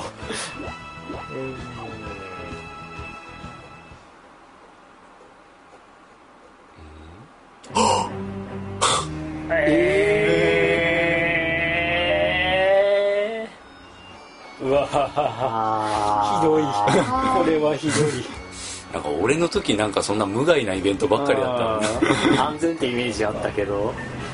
Speaker 3: うわひどいこれはひどい。
Speaker 4: なんか俺の時なんかそんな無害なイベントばっかりだった
Speaker 2: 安全ってイメージあったけど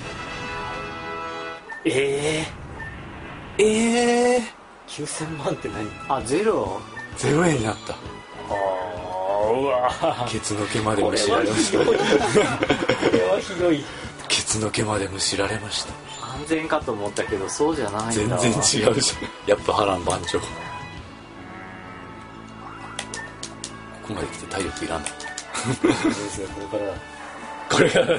Speaker 3: 9000万って何。
Speaker 2: ゼロ
Speaker 4: 0円になった。
Speaker 3: うわ
Speaker 4: ケツの毛までむしられました
Speaker 3: これはひどい
Speaker 4: ケツの毛までむしられました。
Speaker 2: 安全かと思ったけどそうじゃないんだ。
Speaker 4: 全然違うじゃん。やっぱ波乱万丈。ここまで来て体力いらんのこれから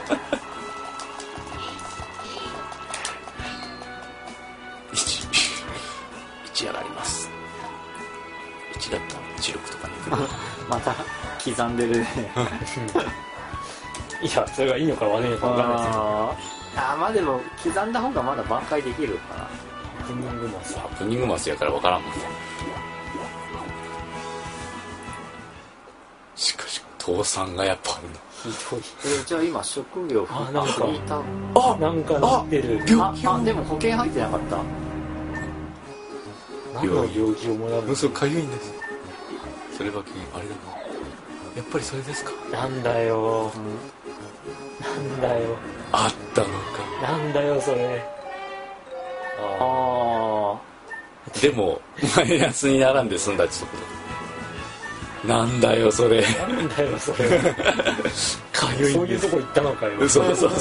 Speaker 4: 1上がります。1だったら16とかに
Speaker 2: また刻んでるね
Speaker 3: いやそれがいいのか悪いのか分かんないですけど。
Speaker 2: まあでも刻んだ方がまだ挽回できるかな。
Speaker 3: ハプニングマス。
Speaker 4: ハプニングマスやから分からんもんね。しかし倒産がやっぱあるの。
Speaker 3: ひどい。
Speaker 2: じゃあ今職業
Speaker 3: なんか
Speaker 2: フリータ
Speaker 3: なんかなってる。
Speaker 2: でも保険入ってなかった。
Speaker 3: 何の病気をもらうの。
Speaker 4: それかゆいんです。そればきあれだな。やっぱりそれですか。
Speaker 3: なんだよ、なんだよ
Speaker 4: あったのか。
Speaker 3: なんだよそれ。
Speaker 4: でもマイナスに並んで済んだってことなんだよそれ
Speaker 3: なんだよそれかゆいそういうとこ行ったのかよ
Speaker 4: そう行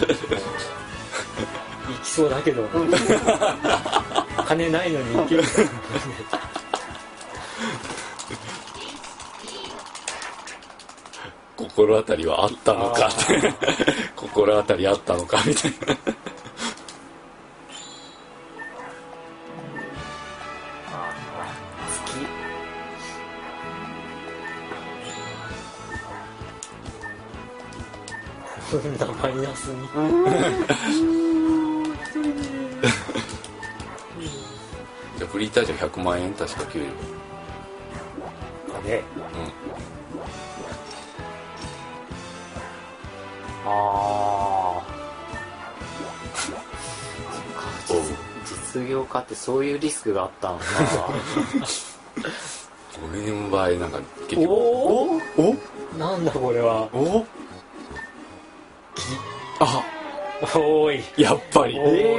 Speaker 3: きそうだけど金ないのに行ける
Speaker 4: 心当たりはあったのかって心当たりあったのかみたいな
Speaker 3: そんなマイナスに
Speaker 4: じゃあフリーターじゃ100万円確か給料
Speaker 3: ね
Speaker 2: 実業家ってそういうリスクがあったのか
Speaker 4: 俺の場合なんか結局
Speaker 3: おなんだこれはおーい
Speaker 4: やっぱり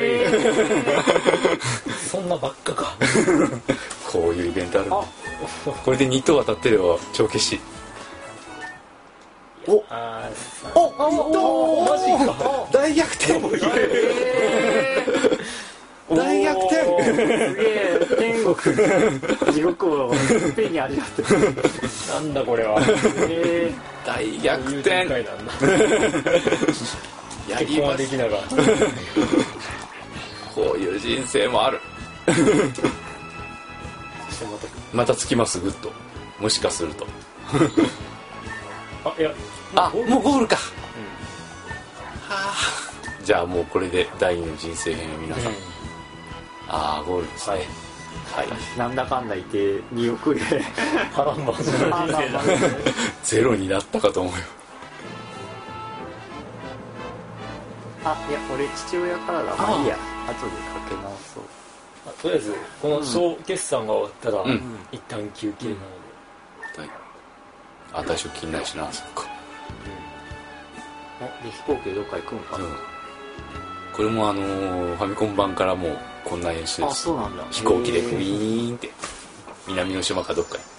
Speaker 3: そんなばっかか
Speaker 4: こういうイベントあるのこれで2等当たってれば帳消し
Speaker 3: マジか
Speaker 4: 大逆転大逆転
Speaker 2: すげえ天国地獄をいっぺんに味わってる
Speaker 3: なんだこれは
Speaker 4: 大逆転
Speaker 3: なんだ
Speaker 4: やります
Speaker 3: できながら
Speaker 4: こういう人生もあるまたつきますグッともしかすると
Speaker 3: いや
Speaker 4: もうゴールか、じゃあもうこれで第2の人生編皆さん、ゴールですねはい、
Speaker 2: なんだかんだ言って2億円
Speaker 3: 波乱万丈な人生だ
Speaker 4: ゼロになったかと思うよ
Speaker 2: いや俺父親からだいいや後でかけ直そう
Speaker 3: とりあえずこの小決算が終わったら、一旦休憩なので、
Speaker 4: 大将気にないしなそっか
Speaker 2: で飛行機でどっか行くんか、
Speaker 4: これもファミコン版からもうこんな演出です
Speaker 2: そうなんだ
Speaker 4: 飛行機でフィーンって南の島かどっかに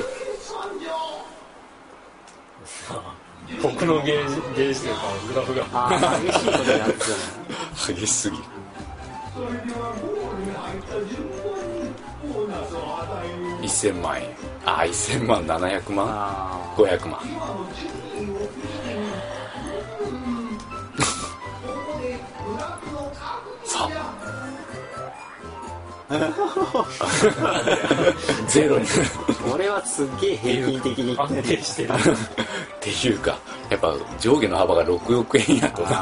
Speaker 3: 僕のゲージというかグラフが
Speaker 2: 激しいことになってたね
Speaker 4: 激しすぎる1000万円1000万700万500万さゼロに
Speaker 2: 俺はすっげえ平均的に
Speaker 3: 安定してる
Speaker 4: っていうかやっぱ上下の幅が6億円やとな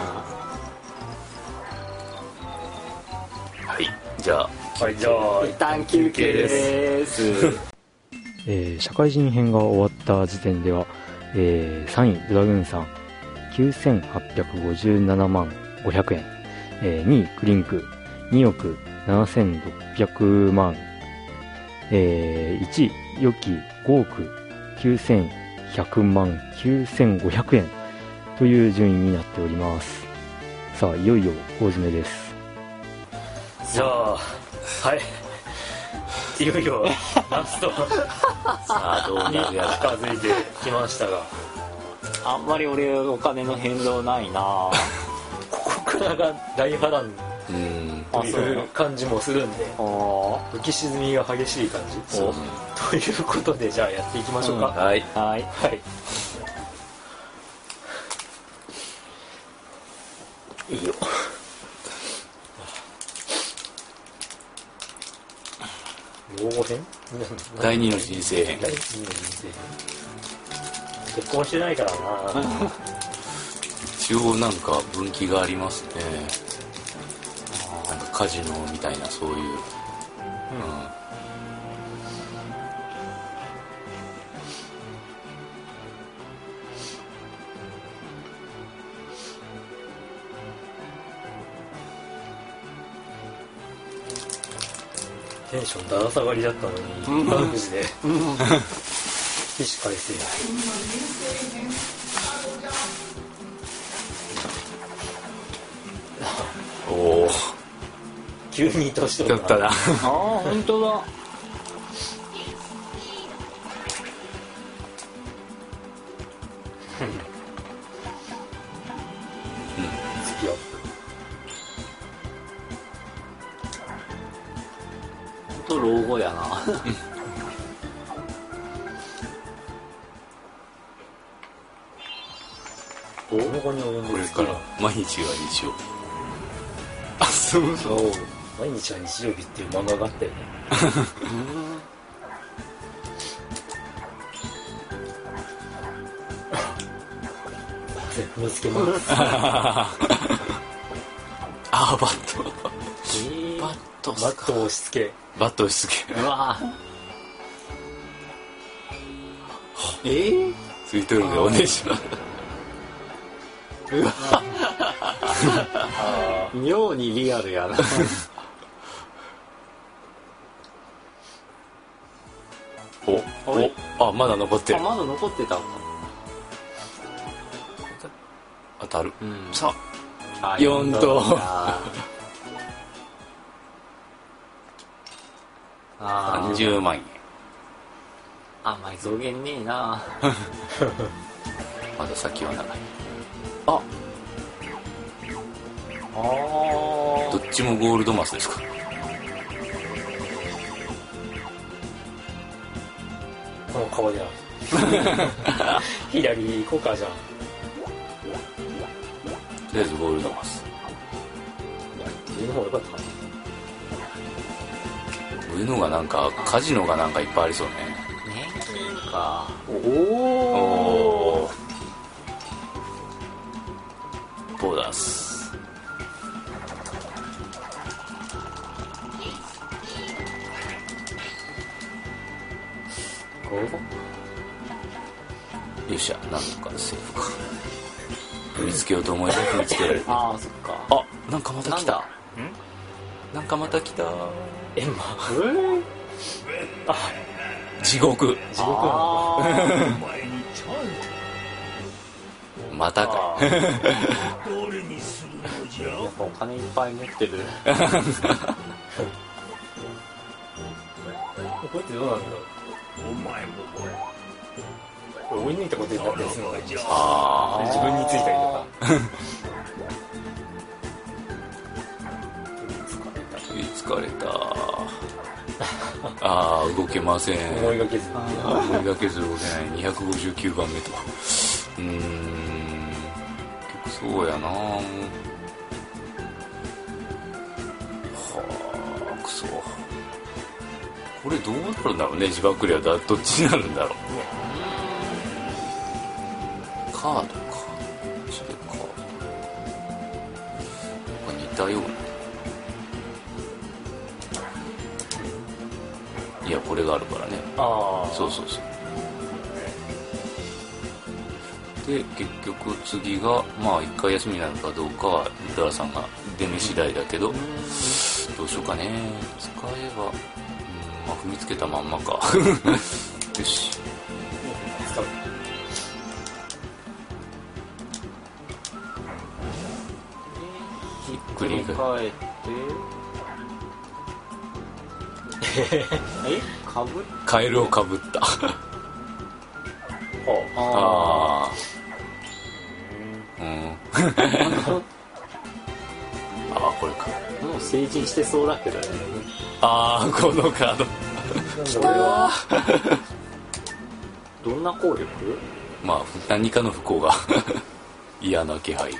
Speaker 4: はいじゃあ
Speaker 2: 一旦休憩です
Speaker 1: 社会人編が終わった時点では、3位ドラグーンさん9857万500円、2位クリンク2億7600万、1位ヨキ5億9100万9500円という順位になっております。さあいよいよ大詰めです。
Speaker 3: じゃあはいいよいよラスト
Speaker 4: さあどうなるやら
Speaker 3: 近づいてきましたが
Speaker 2: あんまり俺お金の変動ないな
Speaker 3: ここからが大波乱という感じもするんで浮き沈みが激しい感じということでじゃあやっていきましょうか、
Speaker 4: はい
Speaker 3: いいよ老後編
Speaker 4: 第2の人生編
Speaker 3: 第2の人生編結婚してないからな
Speaker 4: 一応なんか分岐がありますねなんかカジノみたいなそういう
Speaker 3: テンションだだ下がりだったのにバグジで起死回生
Speaker 4: おお
Speaker 3: 急に年取っ
Speaker 4: 取ったな。
Speaker 2: ああ本当だ。
Speaker 3: 月アップ。
Speaker 2: ほんと老後やな。
Speaker 3: この後に及んで
Speaker 4: これから毎日が日曜。あ、そうそう。
Speaker 3: 毎日は日曜日っていう漫画があったよね。見つけます。
Speaker 4: あー、バット。バット
Speaker 3: バットを押し付け。
Speaker 4: バット押し付け。
Speaker 2: うわ
Speaker 4: ついとるでおねしょ。
Speaker 2: 妙にリアルやな。
Speaker 4: あ、まだ残ってる。
Speaker 2: あまだ残ってたのか。
Speaker 4: 当たる。
Speaker 2: うん
Speaker 4: さあ、
Speaker 2: あ
Speaker 4: 4と。
Speaker 2: あ
Speaker 4: 30万円。
Speaker 2: あんまり増減ねえな。
Speaker 4: まだ先は長い。
Speaker 2: あ
Speaker 4: どっちもゴールドマスですか。
Speaker 3: この顔じゃん。左行こうかじゃん。
Speaker 4: とりあえずゴールドマス。
Speaker 3: 上の方が良かったかな。
Speaker 4: 上のがなんかカジノがなんかいっぱいありそうね。
Speaker 2: 年金か。
Speaker 4: おボーダース。よっしゃ、なんとかセーフか。見つけようと思えば見つけられる。
Speaker 2: ああそっか。
Speaker 4: あ、なんかまた来た。
Speaker 2: なん
Speaker 4: なんかまた来た。
Speaker 3: エンマ。
Speaker 4: 地獄。
Speaker 3: 地獄なの
Speaker 2: あ
Speaker 3: か。
Speaker 4: またか。
Speaker 3: やっ
Speaker 2: やっぱお金いっぱい持ってる。
Speaker 3: これってどうなんだろう。追い抜いたことになったりするのがいいんですか。
Speaker 4: あ
Speaker 3: 自分についたりとか。
Speaker 4: 疲れた。ああ、動けません。
Speaker 3: 思いがけず。
Speaker 4: 思いがけず動けない。259番目と。結局そうやな。はあ、くそ。これどうなるんだろうね。自爆霊はどっちになるんだろう。カードか。それか。似たような。いや、これがあるからね。
Speaker 3: ああ。
Speaker 4: そうそうそう。で、結局次が、まあ一回休みなのかどうかは、ドラさんが出目次第だけど、どうしようかね。使えば、まあ踏みつけたまんまか。よし。
Speaker 3: 使う。
Speaker 4: ひっくり返
Speaker 2: 返ってかぶっ
Speaker 4: カエルをかぶった。
Speaker 2: あ
Speaker 4: ああ。ああ、これか。
Speaker 2: もう成人してそうだけどね。
Speaker 4: ああ、このカード。
Speaker 3: きた
Speaker 2: どんな効力？
Speaker 4: まあ、何かの不幸が嫌な気配が。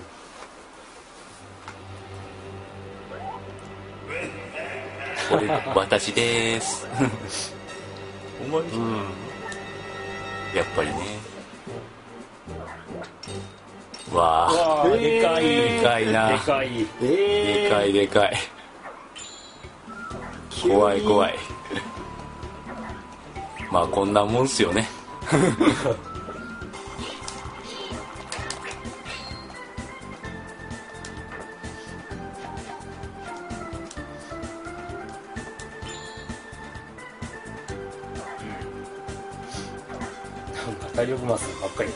Speaker 4: これ私でーす。お前、やっぱりね。わあ、
Speaker 3: でかい。
Speaker 4: でかいな。
Speaker 3: でかい。
Speaker 4: でかいでかい。怖い怖い。まあこんなもんっすよね。
Speaker 3: 体力マスばっかり。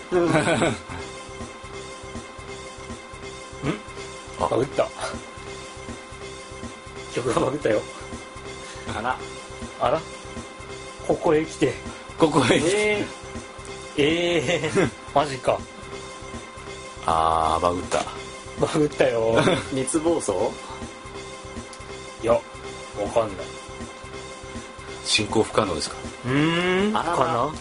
Speaker 4: あ
Speaker 3: 打った。 曲がバグったよ。
Speaker 2: あら
Speaker 3: あら、ここへ来て、
Speaker 4: ここへ
Speaker 3: マジか。
Speaker 4: バグった。
Speaker 3: バグったよ。
Speaker 2: 熱暴走。
Speaker 3: いや、わかんない。
Speaker 4: 進行不可能ですか。
Speaker 2: あら
Speaker 3: かな。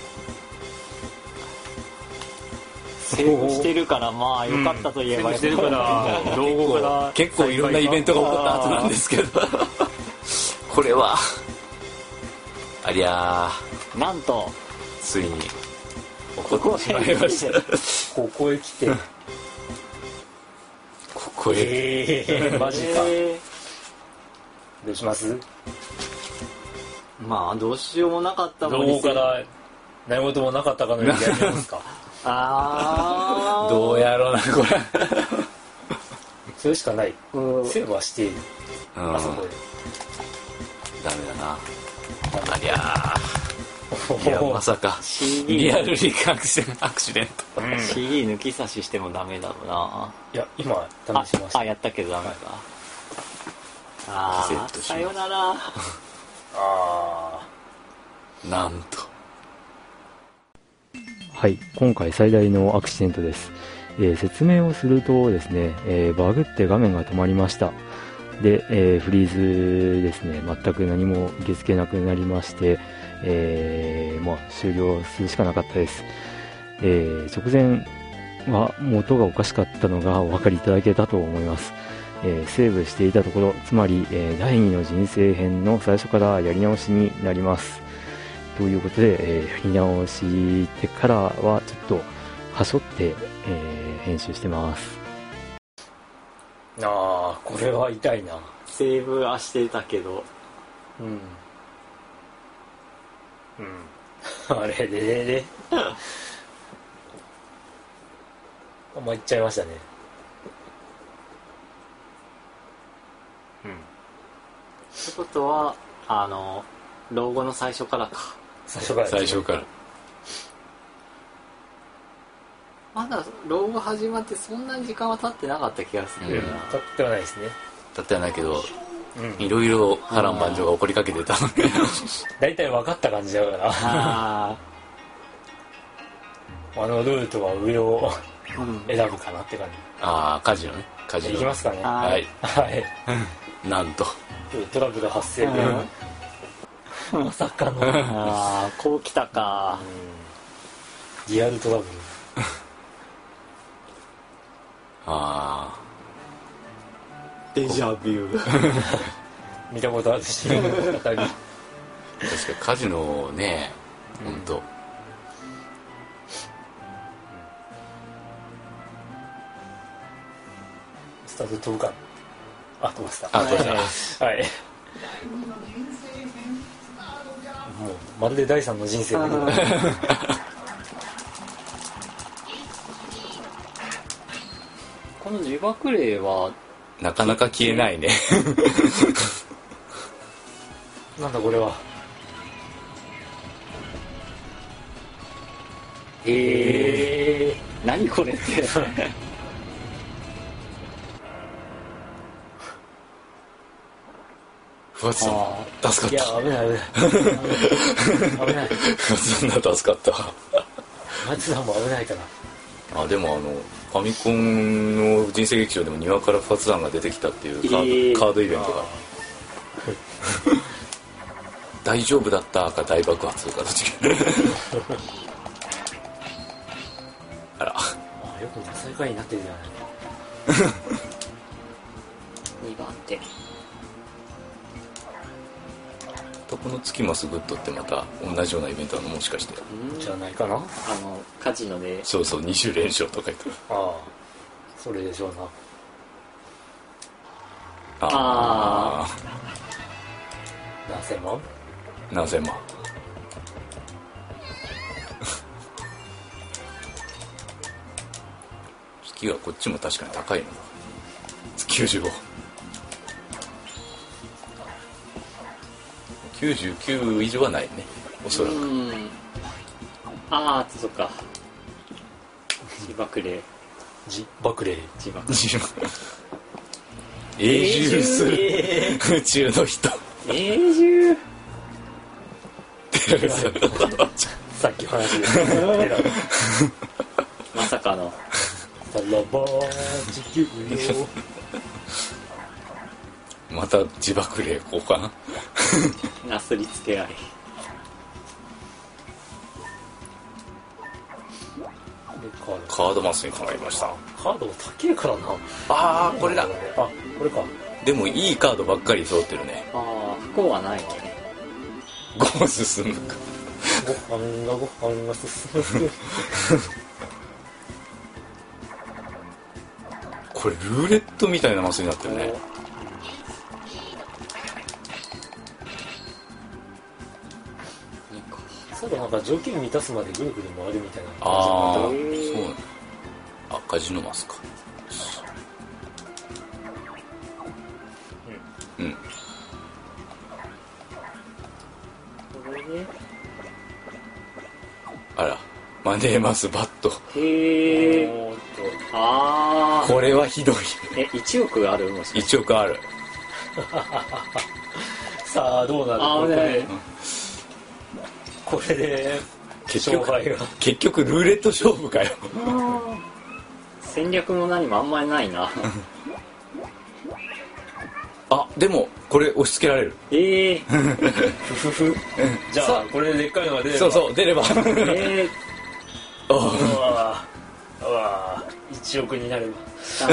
Speaker 2: セーブしてるからまあ良かったと言えば
Speaker 3: してるから老後から
Speaker 4: 結構いろんなイベントが起こったはずなんですけどこれはありゃー、
Speaker 2: なんと
Speaker 4: ついに起こってしまいました。
Speaker 3: ここへ来て
Speaker 4: ここへ、
Speaker 3: マジか。どうします？
Speaker 2: まあどうしようもなかった
Speaker 3: 老後から何事もなかったかのようにやりますか。
Speaker 4: どうやろうなこれ
Speaker 3: それしかない。セーブはしている。あそこで
Speaker 4: ダメだな。ありゃー、いやまさか
Speaker 2: CD
Speaker 4: リアルリークアクシデント、
Speaker 2: CD 抜き差ししてもダメだろうな。
Speaker 3: いや今試しました。
Speaker 2: やったけどダメか。
Speaker 4: セットします。
Speaker 2: さよなら。
Speaker 4: なんと
Speaker 1: はい、今回最大のアクシデントです。説明をするとですね、バグって画面が止まりました。で、フリーズですね、全く何も受け付けなくなりまして、終了するしかなかったです。直前は元がおかしかったのがお分かりいただけたと思います。セーブしていたところ、つまり、第2の人生編の最初からやり直しになります。ということで、やり直してからはちょっとはしょって、編集してます。
Speaker 3: これは痛いな。
Speaker 2: セーブはしてたけど
Speaker 3: あれでいっちゃいましたね。
Speaker 2: ってことは老後の最初からか。
Speaker 3: 最初から
Speaker 2: まだ老後始まってそんなに時間は経ってなかった気がするな。
Speaker 3: 経ってはないですね。
Speaker 4: 経ってはないけど、いろいろ波乱万丈が起こりかけてたので
Speaker 3: 大体分かった感じだからあのルートは上を選ぶかなって感じ。
Speaker 4: カジノね。カジノ
Speaker 3: いきますかね。
Speaker 4: はいなんと
Speaker 3: トラブル発生でまさかの
Speaker 2: こう来たか。
Speaker 3: リアルトラブル
Speaker 2: デジャビュー
Speaker 3: 見たことあるし確か
Speaker 4: カジノね、ほんと
Speaker 3: スタート飛ぶか。飛ばした。はい。もうまるで第三の人生
Speaker 2: この自爆霊は
Speaker 4: なかなか消えないね
Speaker 3: なんだこれは。
Speaker 2: 何これって
Speaker 4: ふわつさん助かった。
Speaker 3: いや危ない危ない
Speaker 4: ふわつさんだ助かった
Speaker 3: 松さんも危ないから。
Speaker 4: でもファミコンの人生劇場でも庭から不発弾が出てきたっていうカードイベントが大丈夫だったか大爆発かどっちかあら
Speaker 3: よく最下位になってるじゃない
Speaker 2: 2番手
Speaker 4: この月マスグッドってまた同じようなイベントなのもしかして
Speaker 3: じゃないかな。
Speaker 2: カジノで
Speaker 4: そう20連勝とか言ってる。
Speaker 3: それでしょう
Speaker 2: な。
Speaker 3: 何千万
Speaker 4: 何千万月がこっちも確かに高いのだ。99以上はないね、おそらく。
Speaker 2: そっか。自爆霊。
Speaker 3: 自爆霊。
Speaker 2: 自爆霊。
Speaker 4: 永住する、宇宙の人。
Speaker 2: 永住
Speaker 3: さっき話で
Speaker 2: まさかの
Speaker 3: さらば地球よ。
Speaker 4: また自爆霊こうかな。
Speaker 2: なすりつけられ。
Speaker 4: カードマスに変わりました。
Speaker 3: カードも高えからな。
Speaker 4: ああこれだ。
Speaker 3: あ、これか。
Speaker 4: でもいいカードばっかり揃ってるね。
Speaker 2: ああ、不幸はないね。
Speaker 4: 5進むか。
Speaker 3: ご飯が進む。
Speaker 4: これルーレットみたいなマスになってるね。
Speaker 3: そうだ、なんか条件満たすまでぐるぐる回るみたいな。
Speaker 4: ああそうなんだ。赤字のマスか。うん。
Speaker 2: これで
Speaker 4: あらマネーマスバット。
Speaker 2: へえ。ああ。
Speaker 4: これはひどい。
Speaker 2: 1億あるもしかして。
Speaker 4: 1億ある。
Speaker 3: さあどうなる。
Speaker 2: あね。
Speaker 3: これで
Speaker 4: 結局
Speaker 3: 勝敗が
Speaker 4: ルーレット勝負かよ。
Speaker 2: 戦略も何もあんまりないな。
Speaker 4: あでもこれ押し付けられる。
Speaker 3: ふふふ。じゃあこれででっかいのが出れば。
Speaker 4: そう出れば。
Speaker 3: うわ1億になれば。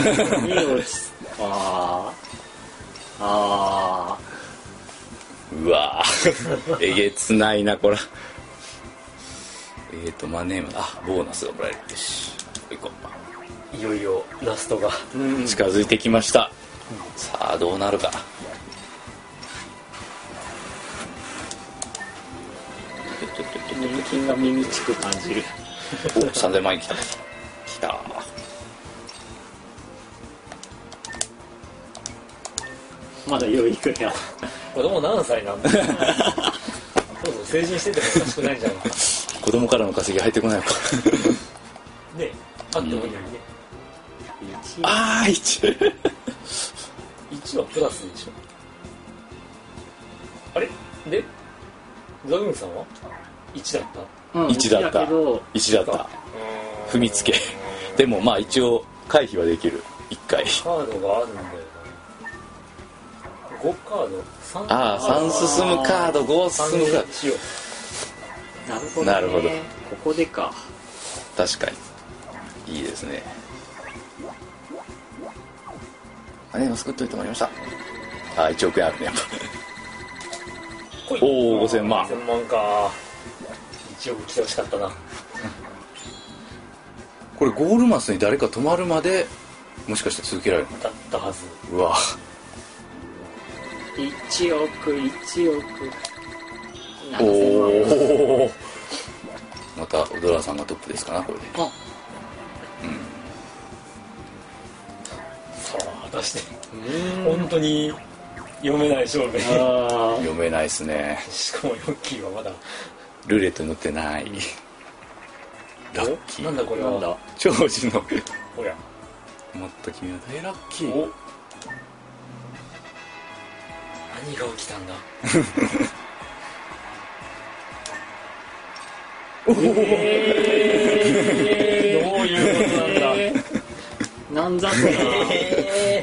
Speaker 4: うわえげつないなこら。マネームボーナスがもらえる。よし行こう。
Speaker 3: いよいよラストが
Speaker 4: 近づいてきました。さあどうなるか。
Speaker 2: 年金が耳ちく感じる。
Speaker 4: お3000万円きた。
Speaker 2: まだ余裕や。
Speaker 3: 子供何歳なんだ。そう成人しててもおかしくないんじゃないか。
Speaker 4: 子供からの稼ぎ入ってこないのか。
Speaker 3: ねあってもいいのにね。
Speaker 4: ああ1。
Speaker 3: 1はプラスでしょ。あれでザグンさんは1だった。
Speaker 4: 1だった1だった踏みつけ。でもまあ一応回避はできる1回。
Speaker 3: カードがあるんだよな。5カード
Speaker 4: 3進むカード5進むカード。
Speaker 2: なるほど。ここでか。
Speaker 4: 確かにいいですね。今作っといてもらいました。1億円あるねやっぱ。おお5000万。
Speaker 3: 5000万か。1億来てほしかったな。
Speaker 4: これゴールマスに誰か止まるまでもしかして続けられる
Speaker 3: だったはず。
Speaker 4: うわ
Speaker 2: 1億
Speaker 4: おおまた小ドラさんがトップですかなこれで。
Speaker 3: さあ果たして本当に読めない勝負。
Speaker 4: 読めないですね。
Speaker 3: しかもヨッキーはまだ
Speaker 4: ルーレットに乗ってない。ラッキー。
Speaker 3: なんだこれは。
Speaker 2: なんだ
Speaker 4: 長寿の
Speaker 3: おや
Speaker 4: もっと君は大ラッキー。
Speaker 3: お何が起きたんだ。どういうことなんだ。
Speaker 2: なんだそれ。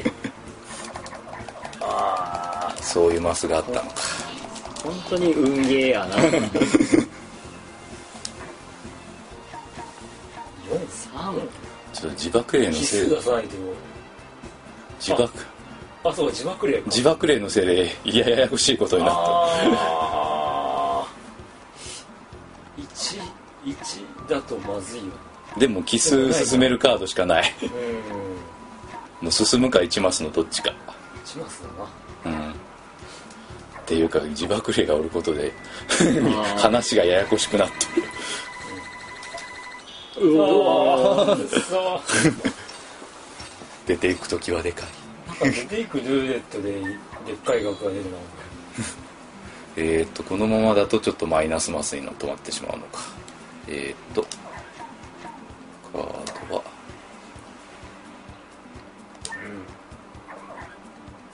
Speaker 4: そういうマスがあったのか。
Speaker 2: 本当に運ゲーやな。4、3。
Speaker 4: ちょっと自爆霊のせいで。自爆霊のせいでややこしいことになった。
Speaker 3: 1だとまずいよ。
Speaker 4: でも奇数進めるカードしかない。もう進むか1マスのどっちか。
Speaker 3: 1マスだな。
Speaker 4: っていうか自爆霊がおることで話がややこしくなってる。
Speaker 3: うわ
Speaker 4: 出ていく時はでかい。
Speaker 3: 出ていくルーレットででっかい額が出るな。
Speaker 4: このままだとちょっとマイナスマスに止まってしまうのか。カードは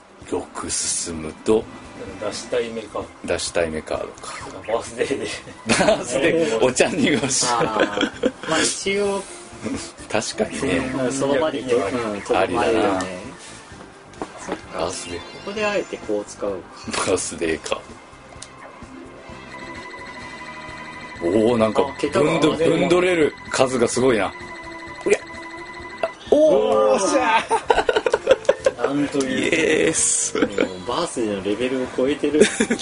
Speaker 4: 奥進むと
Speaker 3: 出したい目カー
Speaker 4: 出したい目カードか。
Speaker 3: ドバースデーで
Speaker 4: バースデーお茶にがし
Speaker 2: まあ一応
Speaker 4: 確かにね
Speaker 2: その場にちょっと
Speaker 4: ありだな。
Speaker 2: 前よね。
Speaker 4: バースデー
Speaker 2: ここであえてこう使う。
Speaker 4: バースデーカード。おお、なんかぶんどれる数がすごいな。うりゃおーしゃー
Speaker 3: なんと
Speaker 4: イ
Speaker 3: いう
Speaker 4: エース。
Speaker 2: もうバースデーのレベルを超えてる。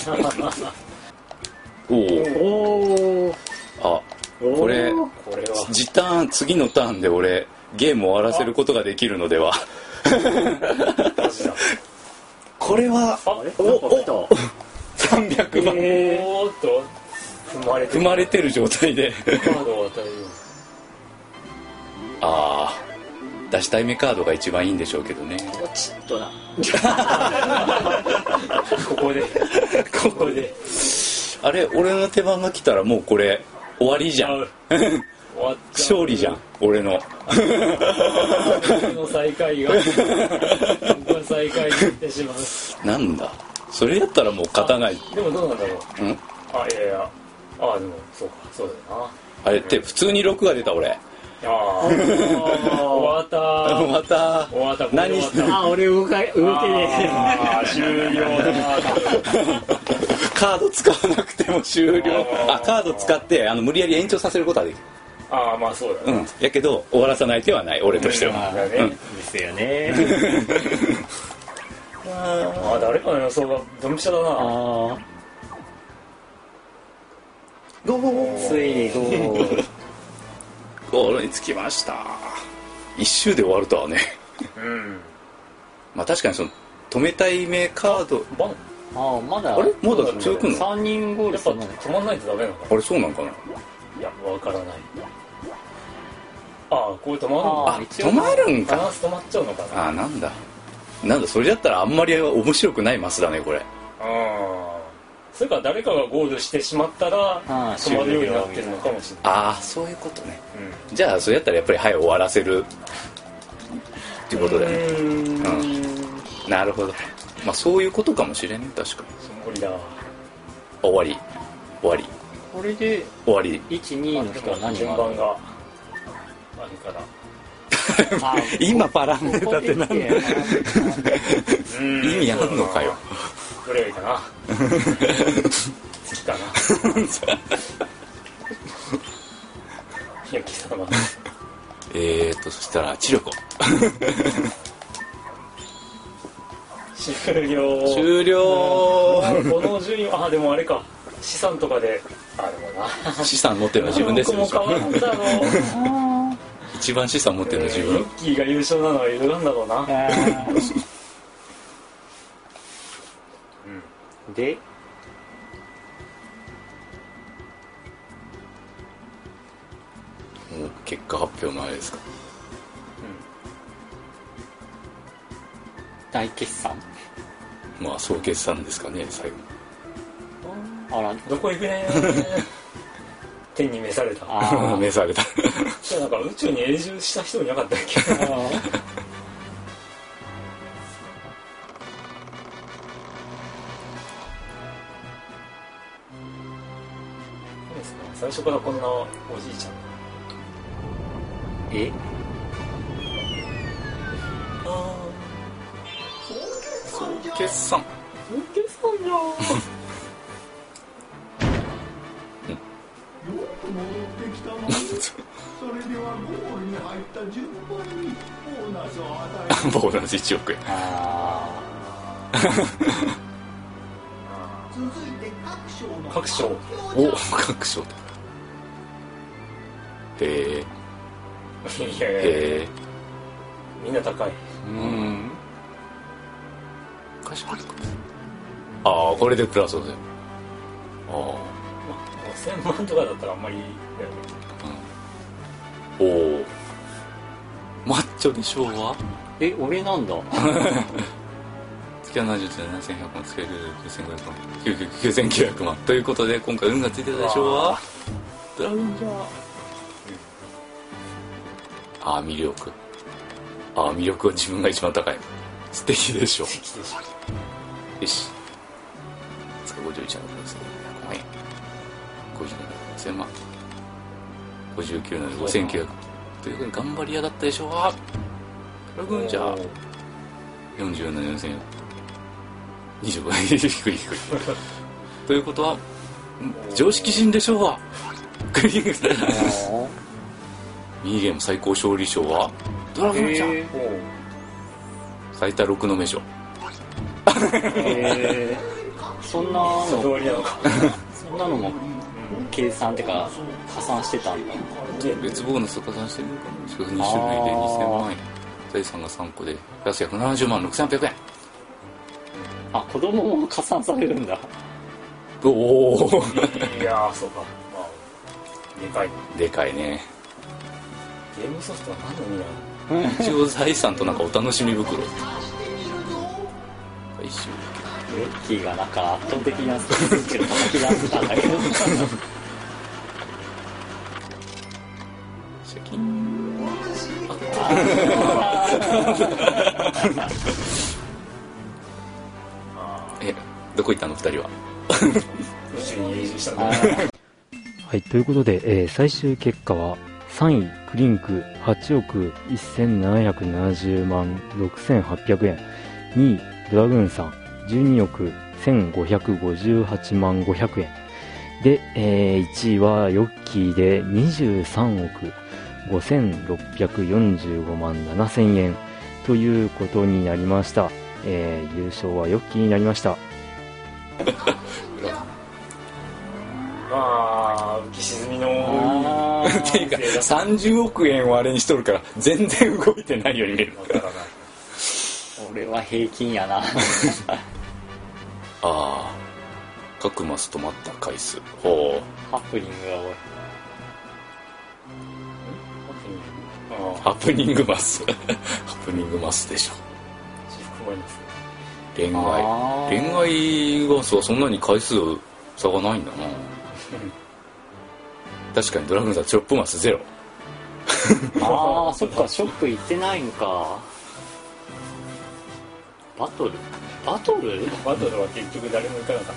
Speaker 4: おお、
Speaker 2: おお。
Speaker 4: あ、これ
Speaker 3: これは
Speaker 4: 次ターン、次のターンで俺ゲームを終わらせることができるのでは。
Speaker 3: マジだ。
Speaker 4: これは
Speaker 2: あれなんか来た。
Speaker 4: 300万
Speaker 3: おーっと
Speaker 4: 踏まれてる状態で
Speaker 3: カードを与えよう。
Speaker 4: ああ、出したい目カードが一番いいんでしょうけどね。
Speaker 2: ポチッとな。
Speaker 3: ここでここで
Speaker 4: あれ、俺の手番が来たらもうこれ終わりじゃん。
Speaker 3: 終わっちゃう。
Speaker 4: 勝利じゃん、俺の。
Speaker 3: 僕の最下位が僕が最下位になってしまう。
Speaker 4: なんだ、それやったらもう勝たない。
Speaker 3: でもどうなんだろう。
Speaker 4: うん、
Speaker 3: いやでもそうか、そうだよな。
Speaker 4: あれって普通に6が出た俺。
Speaker 3: 終わった
Speaker 4: 終わった
Speaker 3: 終わった。
Speaker 4: 何して
Speaker 2: あ、俺動けね
Speaker 3: 終了だ。
Speaker 4: カード使わなくても終了。あ、カード使って無理やり延長させることはできる。
Speaker 3: まあそうだね。
Speaker 4: やけど終わらさない手はない、俺としては。
Speaker 3: だね。
Speaker 2: ですよね。
Speaker 3: 誰かの予想がドンピシャだな。
Speaker 2: ゴー。ついにゴー。
Speaker 4: ゴールに着きました。一周で終わるとはね。まあ確かにその止めたい目カード。
Speaker 2: まだ。
Speaker 4: あれまだ強くんの
Speaker 2: 3人ゴール
Speaker 3: やっぱ止まんないとダメなのかな。
Speaker 4: あれそうなんかな。
Speaker 3: いや、わからない。これ止まるのか。
Speaker 4: 止まるんか。
Speaker 3: バランス止まっちゃうのかな。
Speaker 4: なんだそれだったらあんまり面白くないマスだねこれ。
Speaker 3: それから誰かがゴールしてしまったら止まるようになってるのかもしれない。
Speaker 4: そういうことね。じゃあそれやったらやっぱり終わらせるっていうことだよね。なるほど。まあそういうことかもしれんね。確かに。終わり。
Speaker 2: これで
Speaker 4: 終わり。
Speaker 2: 1,2 の人は何が
Speaker 3: 順番があるから。
Speaker 4: 今パラメータってなんだ。意味あんのかよ。
Speaker 3: どれがいいかな。次かな。ゆき様。
Speaker 4: そしたらチロコ。
Speaker 3: 終了。この順位はでもあれか、資産とかででもな、
Speaker 4: 資産持ってるの自分ですよ。
Speaker 3: 僕も変わるんだろう。
Speaker 4: 一番資産持ってるの自分。
Speaker 3: ユッキーが優勝なのは揺るがんだろうな。
Speaker 2: で
Speaker 4: もう結果発表のあれですか。
Speaker 2: 大決算。
Speaker 4: まあ総決算ですかね最後。
Speaker 3: どこ行くね。天に召された。
Speaker 4: 召された。
Speaker 3: なんか宇宙に永住した人いなかったっけ。最初からこんなおじいちゃん。
Speaker 4: 総決算。
Speaker 3: 決算じゃん。
Speaker 5: よく戻ってきたな。それではゴールに入った順番にボーナスを与える。
Speaker 4: ボーナス1億円。
Speaker 5: 続いて
Speaker 3: 各章。
Speaker 4: 各章。へえ。
Speaker 3: みんな高い。
Speaker 4: 賢い。これでプラスだよ。
Speaker 3: 5000万とかだったらあんまり。
Speaker 4: マッチョでしょうは。
Speaker 2: 俺なんだ。
Speaker 4: 月は70で7100万つける9500万ということで、今回運がついてたでしょうはドラゴンじゃ。魅力は自分が一番高い。素敵でしょ。 よし。つか51万6,400万円。57,000万。59なので5,900。というふうに頑張り屋だったでしょう。ドラグーンじゃあ40な4,000円。25低い。ということは常識人でしょうはクリングさん。ミニゲーム最高勝利賞はドラグーンじゃん。最多6の目賞。
Speaker 2: そんなのも計算ってか加算してたんだ。
Speaker 4: 別ボーナスを加算してるのかな。2種類で2,000万円。財産が3個でプラス170万6,800円。
Speaker 2: あ、子供も加算されるんだ。
Speaker 4: おお。
Speaker 3: いやー、そうか。まあ、でかい。
Speaker 4: でかいね。
Speaker 3: ゲームソフトは何の意味なの？
Speaker 4: 一応財産となんかお楽しみ袋。最終
Speaker 2: ロッキーがなんか圧倒的なスキル叩き出してたんだけど。
Speaker 4: シャキン。どこ行ったの2人は。
Speaker 1: はい、ということで、最終結果は3位クリンク8億1770万6800円、2位ドラグーンさん12億1558万500円で、1位はヨッキーで23億5645万7000円ということになりました。優勝はヨッキーになりました。
Speaker 3: 浮き沈みの
Speaker 4: っていうか30億円をあれにしとるから全然動いてないように見えるからな。
Speaker 2: 俺は平均やな。
Speaker 4: ああ、各マス止まった回数。ほ
Speaker 2: ハプニングが多い。
Speaker 4: ハプニングマス。ハプニングマスでしょ。恋愛がさ、そんなに回数差がないんだな。確かにドラグーンさんチョップマスゼロ。
Speaker 2: ああ、そっか、ショップ行ってないのか。バトル
Speaker 3: は結局誰も行かなかった。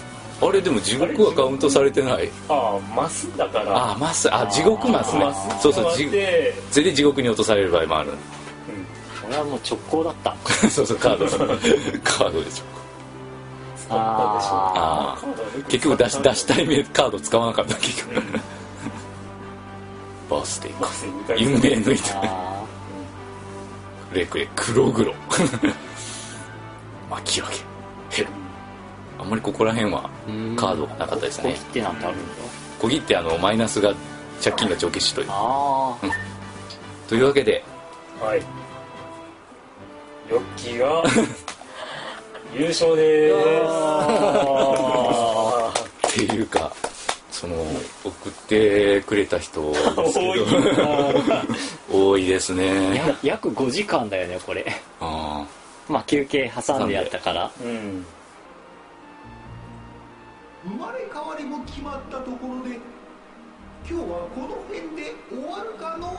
Speaker 4: あれでも地獄はカウントされてない。
Speaker 3: ああ、マスだから。
Speaker 4: あ、マス、地獄マスね。そうそう、それで地獄に落とされる場合もある。
Speaker 2: 俺はもう直行だった。
Speaker 4: そうそう、カードで直行。結局出したいカード使わなかった結局。バースデーか。運命抜いた。黒黒。巻き上げ。ヘル。あんまりここら辺はカードがなかったですね。
Speaker 2: 小切ってなんてあるんだ。
Speaker 4: 小切ってマイナスが借金が帳消しという。というわけで。
Speaker 3: はい。ヨッキーが優勝でー
Speaker 4: す。っていうか、送ってくれた人多いですね。
Speaker 2: 約5時間だよねこれ。まあ休憩挟んでやったから。
Speaker 5: 生まれ変わりも決まったところで今日はこの辺で終わるかのう。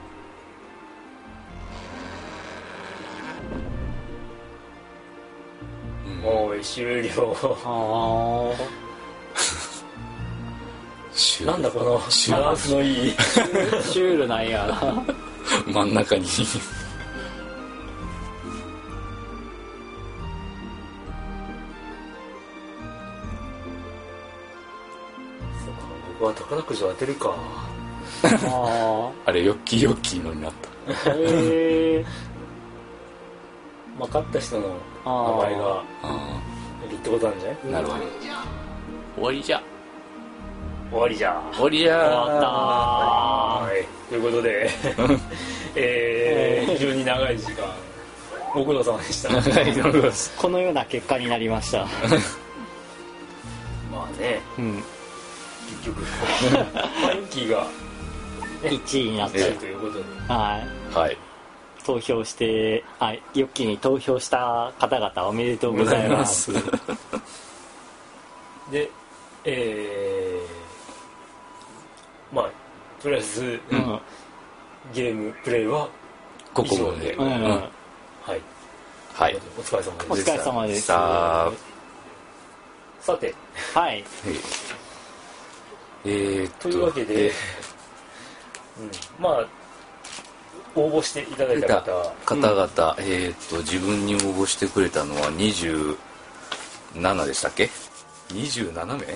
Speaker 3: もう終了。なんだこのバランスのいい
Speaker 2: シュールなんやな。
Speaker 4: 真ん中に
Speaker 3: 僕は宝くじを当てるか。
Speaker 4: あれヨッキーのになった。
Speaker 3: まあ、勝った人の名前がいるってことなんじゃない？
Speaker 4: なるほど。終わりじゃ。
Speaker 3: 終わりじゃ。
Speaker 2: 終わったー。
Speaker 3: はい。ということで、非常に長い時間ご苦労様でした。
Speaker 2: このような結果になりました。
Speaker 3: まあね、結局ヨッキーが
Speaker 2: 1位になった
Speaker 3: ということで、
Speaker 2: はい。投票して、ヨッキーに投票した方々おめでとうございます。
Speaker 3: で、まあとりあえず、ゲームプレイは
Speaker 4: ここまで。
Speaker 3: はい。
Speaker 4: はい。
Speaker 3: お疲れ様です。
Speaker 2: お疲れ様です。
Speaker 3: さて、
Speaker 2: はい。
Speaker 3: というわけで、まあ応募していただいた
Speaker 4: 方々、自分に応募してくれたのは27でしたっけ？27名？多いな。
Speaker 3: 5、6、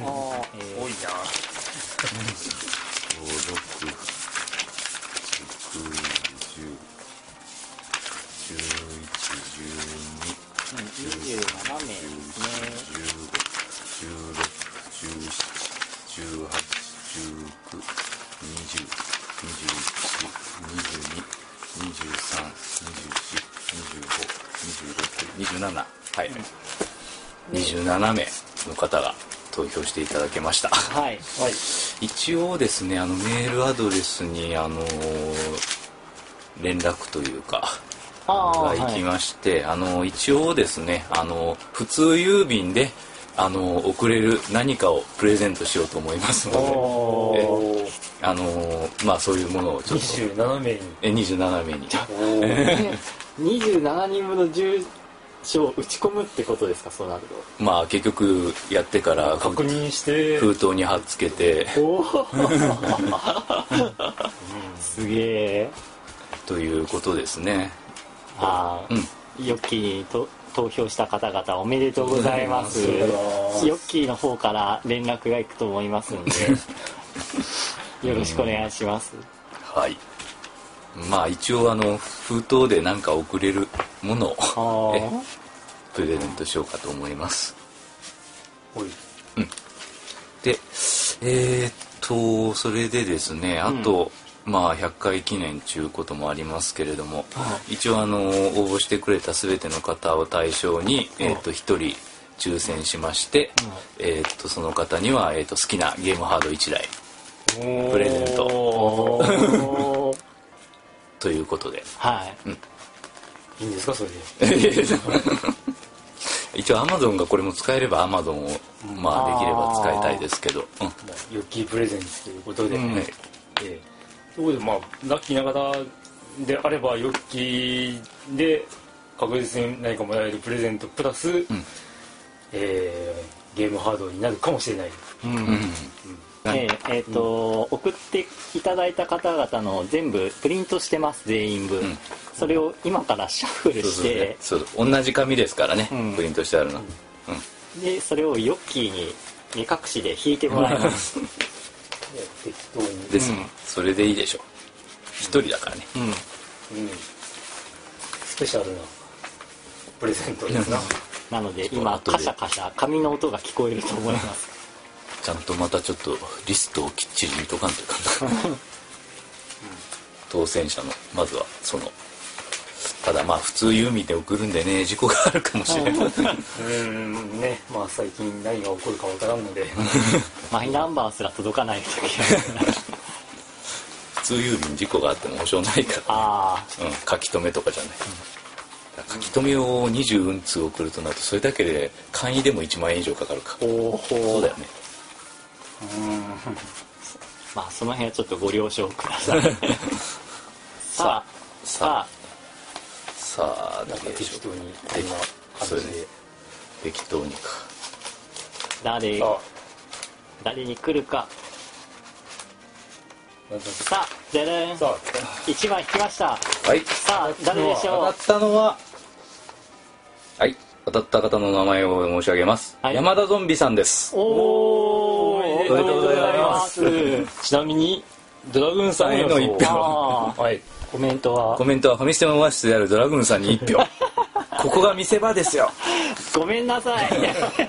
Speaker 2: 27名ですね。
Speaker 4: 27、はい、27名の方が投票していただけました。
Speaker 2: はい、
Speaker 4: 一応ですね、メールアドレスに連絡というかが行きまして、一応ですね、普通郵便で送れる何かをプレゼントしようと思いますので、まあそういうものをちょっと
Speaker 3: 27名に
Speaker 4: 27名に
Speaker 2: 27人分の住所を打ち込むってことですか？そうなると
Speaker 4: まあ結局やってから
Speaker 3: 確認して
Speaker 4: 封筒に貼っつけて
Speaker 2: すげえ
Speaker 4: ということですね。
Speaker 2: ヨッキーに投票した方々おめでとうございます。ヨッキーの方から連絡が行くと思いますのでよろしくお願いします。
Speaker 4: はい。まあ一応封筒で何か送れるものをプレゼントしようかと思います。でそれでですね、あと、まあ100回記念ということもありますけれども、一応応募してくれた全ての方を対象に1人抽選しまして、その方には好きなゲームハード1台プレゼントということで、
Speaker 3: いいんですかそれで
Speaker 4: 一応 Amazon がこれも使えれば Amazon をまあできれば使いたいですけど、
Speaker 3: ヨッキープレゼントということで、ということでまあラッキーな方であればヨッキーで確実に何かもらえるプレゼントプラス、ゲームハードになるかもしれない。
Speaker 2: 送っていただいた方々の全部プリントしてます、全員分。それを今からシャッフルして
Speaker 4: 同じ紙ですからね、プリントしてあるの。
Speaker 2: でそれをヨッキーに目隠しで引いてもらいます
Speaker 3: 適当に
Speaker 4: です、それでいいでしょう。一人だからね。
Speaker 3: スペシャルなプレゼントですな。
Speaker 2: なので今カシャカシャ紙の音が聞こえると思います。
Speaker 4: ちゃんとまたちょっとリストをきっちり見とかんといかん当選者のまずはただまあ普通郵便で送るんでね、事故があるかもしれない
Speaker 3: ね、まあ最近何が起こるかわからんので
Speaker 2: マイナンバーすら届かない時
Speaker 4: 普通郵便事故があっても保証ないから、書き留めとかじゃない、書き留めを20通送るとなるとそれだけで簡易でも1万円以上かかるか。そうだよね。
Speaker 2: まあその辺はちょっとご了承くださいさあ
Speaker 3: 適当に
Speaker 4: それで適当にか
Speaker 2: 誰に来るか。さあじゃじゃん、1枚引きました。
Speaker 4: はい。
Speaker 2: さあ誰でしょう。
Speaker 4: 当たったのは当たった方の名前を申し上げます、山田ゾンビさんです。
Speaker 2: おめでとうございます
Speaker 3: ちなみにドラグーンさんへの1票
Speaker 2: コメントは
Speaker 4: ファミステマオアシスであるドラグーンさんに1票ここが見せ場ですよ。
Speaker 2: ごめんなさい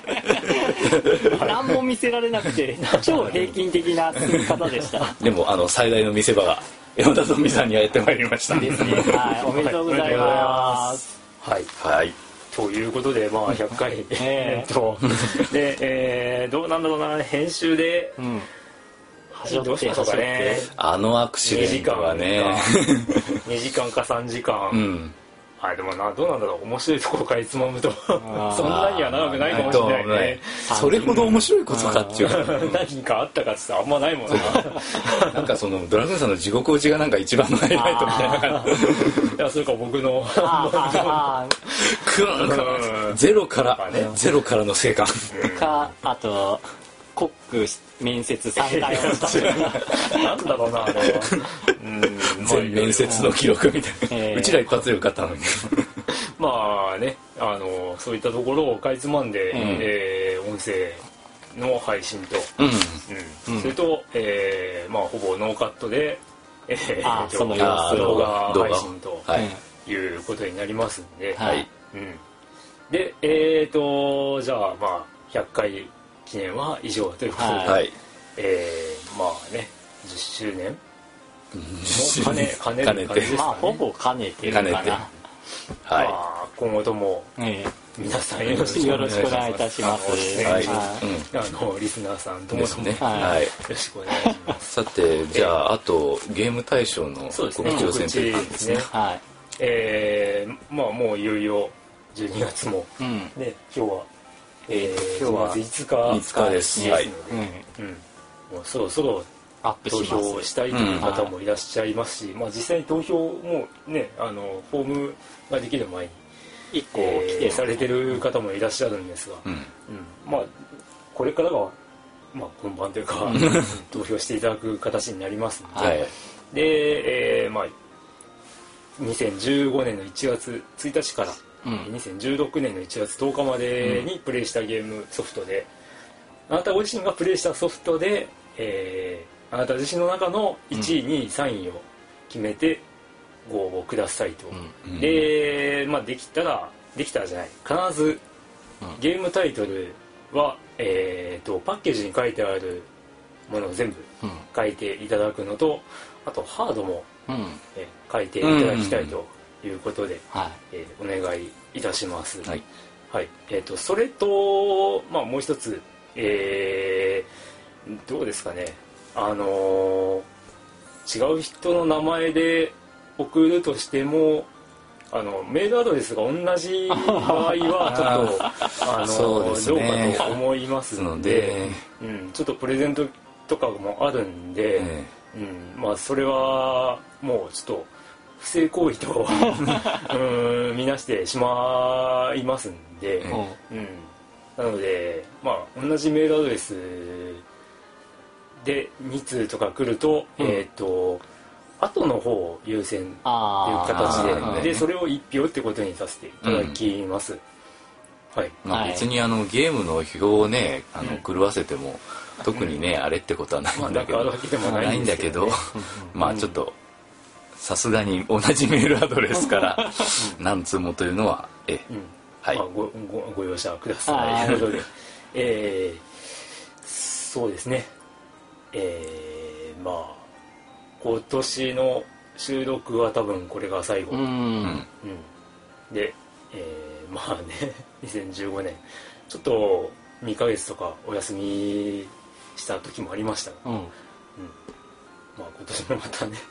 Speaker 2: 何も見せられなくて超平均的な進み方でした。
Speaker 4: でも最大の見せ場が山田ゾンビさんにやってまいりました
Speaker 2: ですね。おめでとうございます。
Speaker 4: はい
Speaker 3: ということでまあ100回でどうなんだろうな、編集でどうしましょうかね。
Speaker 4: アクシデントはね
Speaker 3: 2時間か3時間はい、でもどうなんだろう、面白いところかいつまむとそんなには長くないかもしれないね。
Speaker 4: それほど面白いことかっていう
Speaker 3: 何かあったかってさあんまないもんな
Speaker 4: なんかそのドラグーンさんの地獄落ちがなんか一番のハイライトみたいな感じ。
Speaker 3: いやそれか僕の
Speaker 4: クーンゼロからの生還
Speaker 2: かあとコック面接3回をした
Speaker 3: なんだろうなあれは
Speaker 4: 全面接の記録みたいな、うちら一発で受かったのに
Speaker 3: まあねそういったところをかいつまんで、音声の配信と、それと、まあほぼノーカットで、
Speaker 2: その様子
Speaker 3: 動画配信ということになりますんで、でじゃあまあ100回記念は以上ということで、まあね10周年兼ねる感じですかね。
Speaker 2: まあほぼ兼ねてるかな。
Speaker 4: はい、
Speaker 3: 今後とも皆さんよろしくお願いいたします。リスナーさんともどもよろしくお願いします。
Speaker 4: さてじゃああとゲーム大賞の告知をせんといかんですね。
Speaker 3: まあもういよいよ12月もね今日は5日ですので、もうそろそろ投票したいという方もいらっしゃいますし、まあ実際に投票もねフォームができる前に
Speaker 2: 1個規定
Speaker 3: されてる方もいらっしゃるんですが、まあこれからがまあ本番というか投票していただく形になりますので、まあ2015年の1月1日から2016年の1月10日までにプレイしたゲームソフトで、あなたご自身がプレイしたソフトで、あなた自身の中の1位2位3位を決めてご応募くださいと、で、まあ、できたらじゃない必ずゲームタイトルは、パッケージに書いてあるものを全部書いていただくのと、あとハードも、書いていただきたいということで、お願いいたします。それと、まあ、もう一つ、どうですかね、違う人の名前で送るとしてもメールアドレスが同じ場合はちょっとどうかと思いますので、ちょっとプレゼントとかもあるんで、まあそれはもうちょっと不正行為と見なしてしまいますんで、なのでまあ同じメールアドレスで2通とか来ると、後の方を優先という形でそれを1票ってことにさせていただきます。
Speaker 4: まあ別にゲームの票をね狂わせても特にねあれってことはないんだけど、ないんだけど、まあちょっとさすがに同じメールアドレスから何通もというのは
Speaker 3: ご容赦くださいということで、そうですね、まあ今年の収録は多分これが最後、で、まあね2015年ちょっと2ヶ月とかお休みした時もありましたが、まあ今年もまたね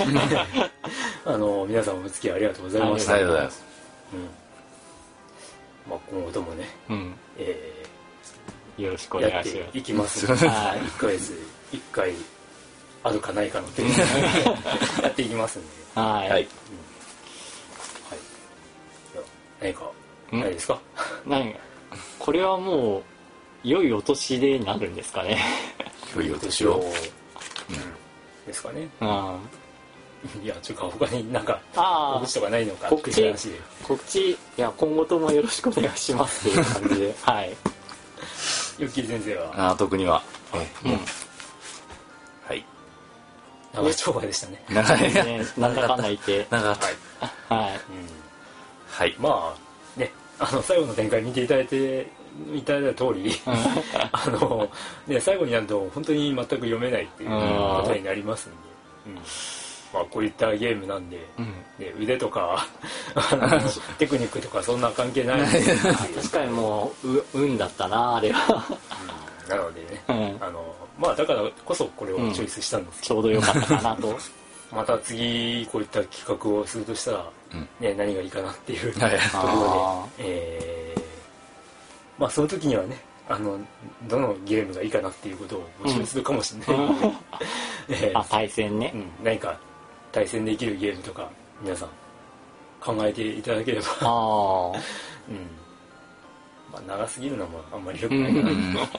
Speaker 3: 皆さんお付き合いありがとうございました。
Speaker 4: ありがとうございます。
Speaker 3: まあ今後ともね、
Speaker 2: よろしくお願いします。
Speaker 3: やっていきますので、1ヶ月1回あるかないかの点やっていきますんで、何かないですか？
Speaker 2: これはもう良いお年でなるんですかね。
Speaker 4: 良いお年を
Speaker 3: ですかね。いやちょっと他になんか告知とかないのかっていう話で。
Speaker 2: 告知いや今後ともよろしくお願いしますっていう感じで
Speaker 3: ゆっきり先生は
Speaker 4: 特には
Speaker 3: 長丁場でしたね。
Speaker 2: なんだかんだ言って
Speaker 4: 長かった。
Speaker 3: まあね最後の展開見ていただいた通り最後になると本当に全く読めないっていうことになりますんで、まあこういったゲームなんで、腕とかテクニックとかそんな関係ない
Speaker 2: 確かにもう運だったなあれは。
Speaker 3: なのでね、まあだからこそこれをチョイスしたんですけど、
Speaker 2: ちょうどよかったかなと。
Speaker 3: また次こういった企画をするとしたら、ね、何がいいかなっていうところで、まあその時にはねどのゲームがいいかなっていうことを募集するかもしれないので、
Speaker 2: 対戦ね、
Speaker 3: 何か対戦できるゲームとか皆さん考えていただければまあ長すぎるのもあんまりよくないかな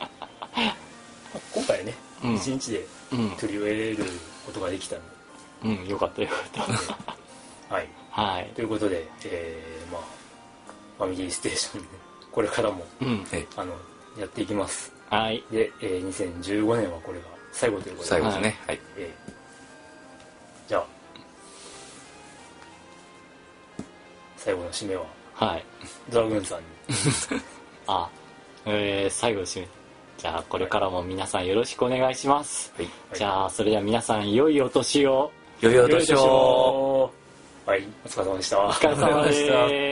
Speaker 3: 今回ね一日で取り終えることができたので
Speaker 2: よかったよかった
Speaker 3: はい、ということで、まあファミリーステーション、ね、これからも、やっていきます。
Speaker 2: はい。
Speaker 3: で、2015年はこれが最後ということで。
Speaker 4: 最後ですね。はい。
Speaker 3: じゃあ最後の締めは、ドラグーンさんに。
Speaker 2: 最後の締め。じゃあこれからも皆さんよろしくお願いします。じゃあそれでは皆さん良いお年を。
Speaker 4: 良いお年を。
Speaker 3: はい、お疲れ様でした。
Speaker 2: お疲れ様でした。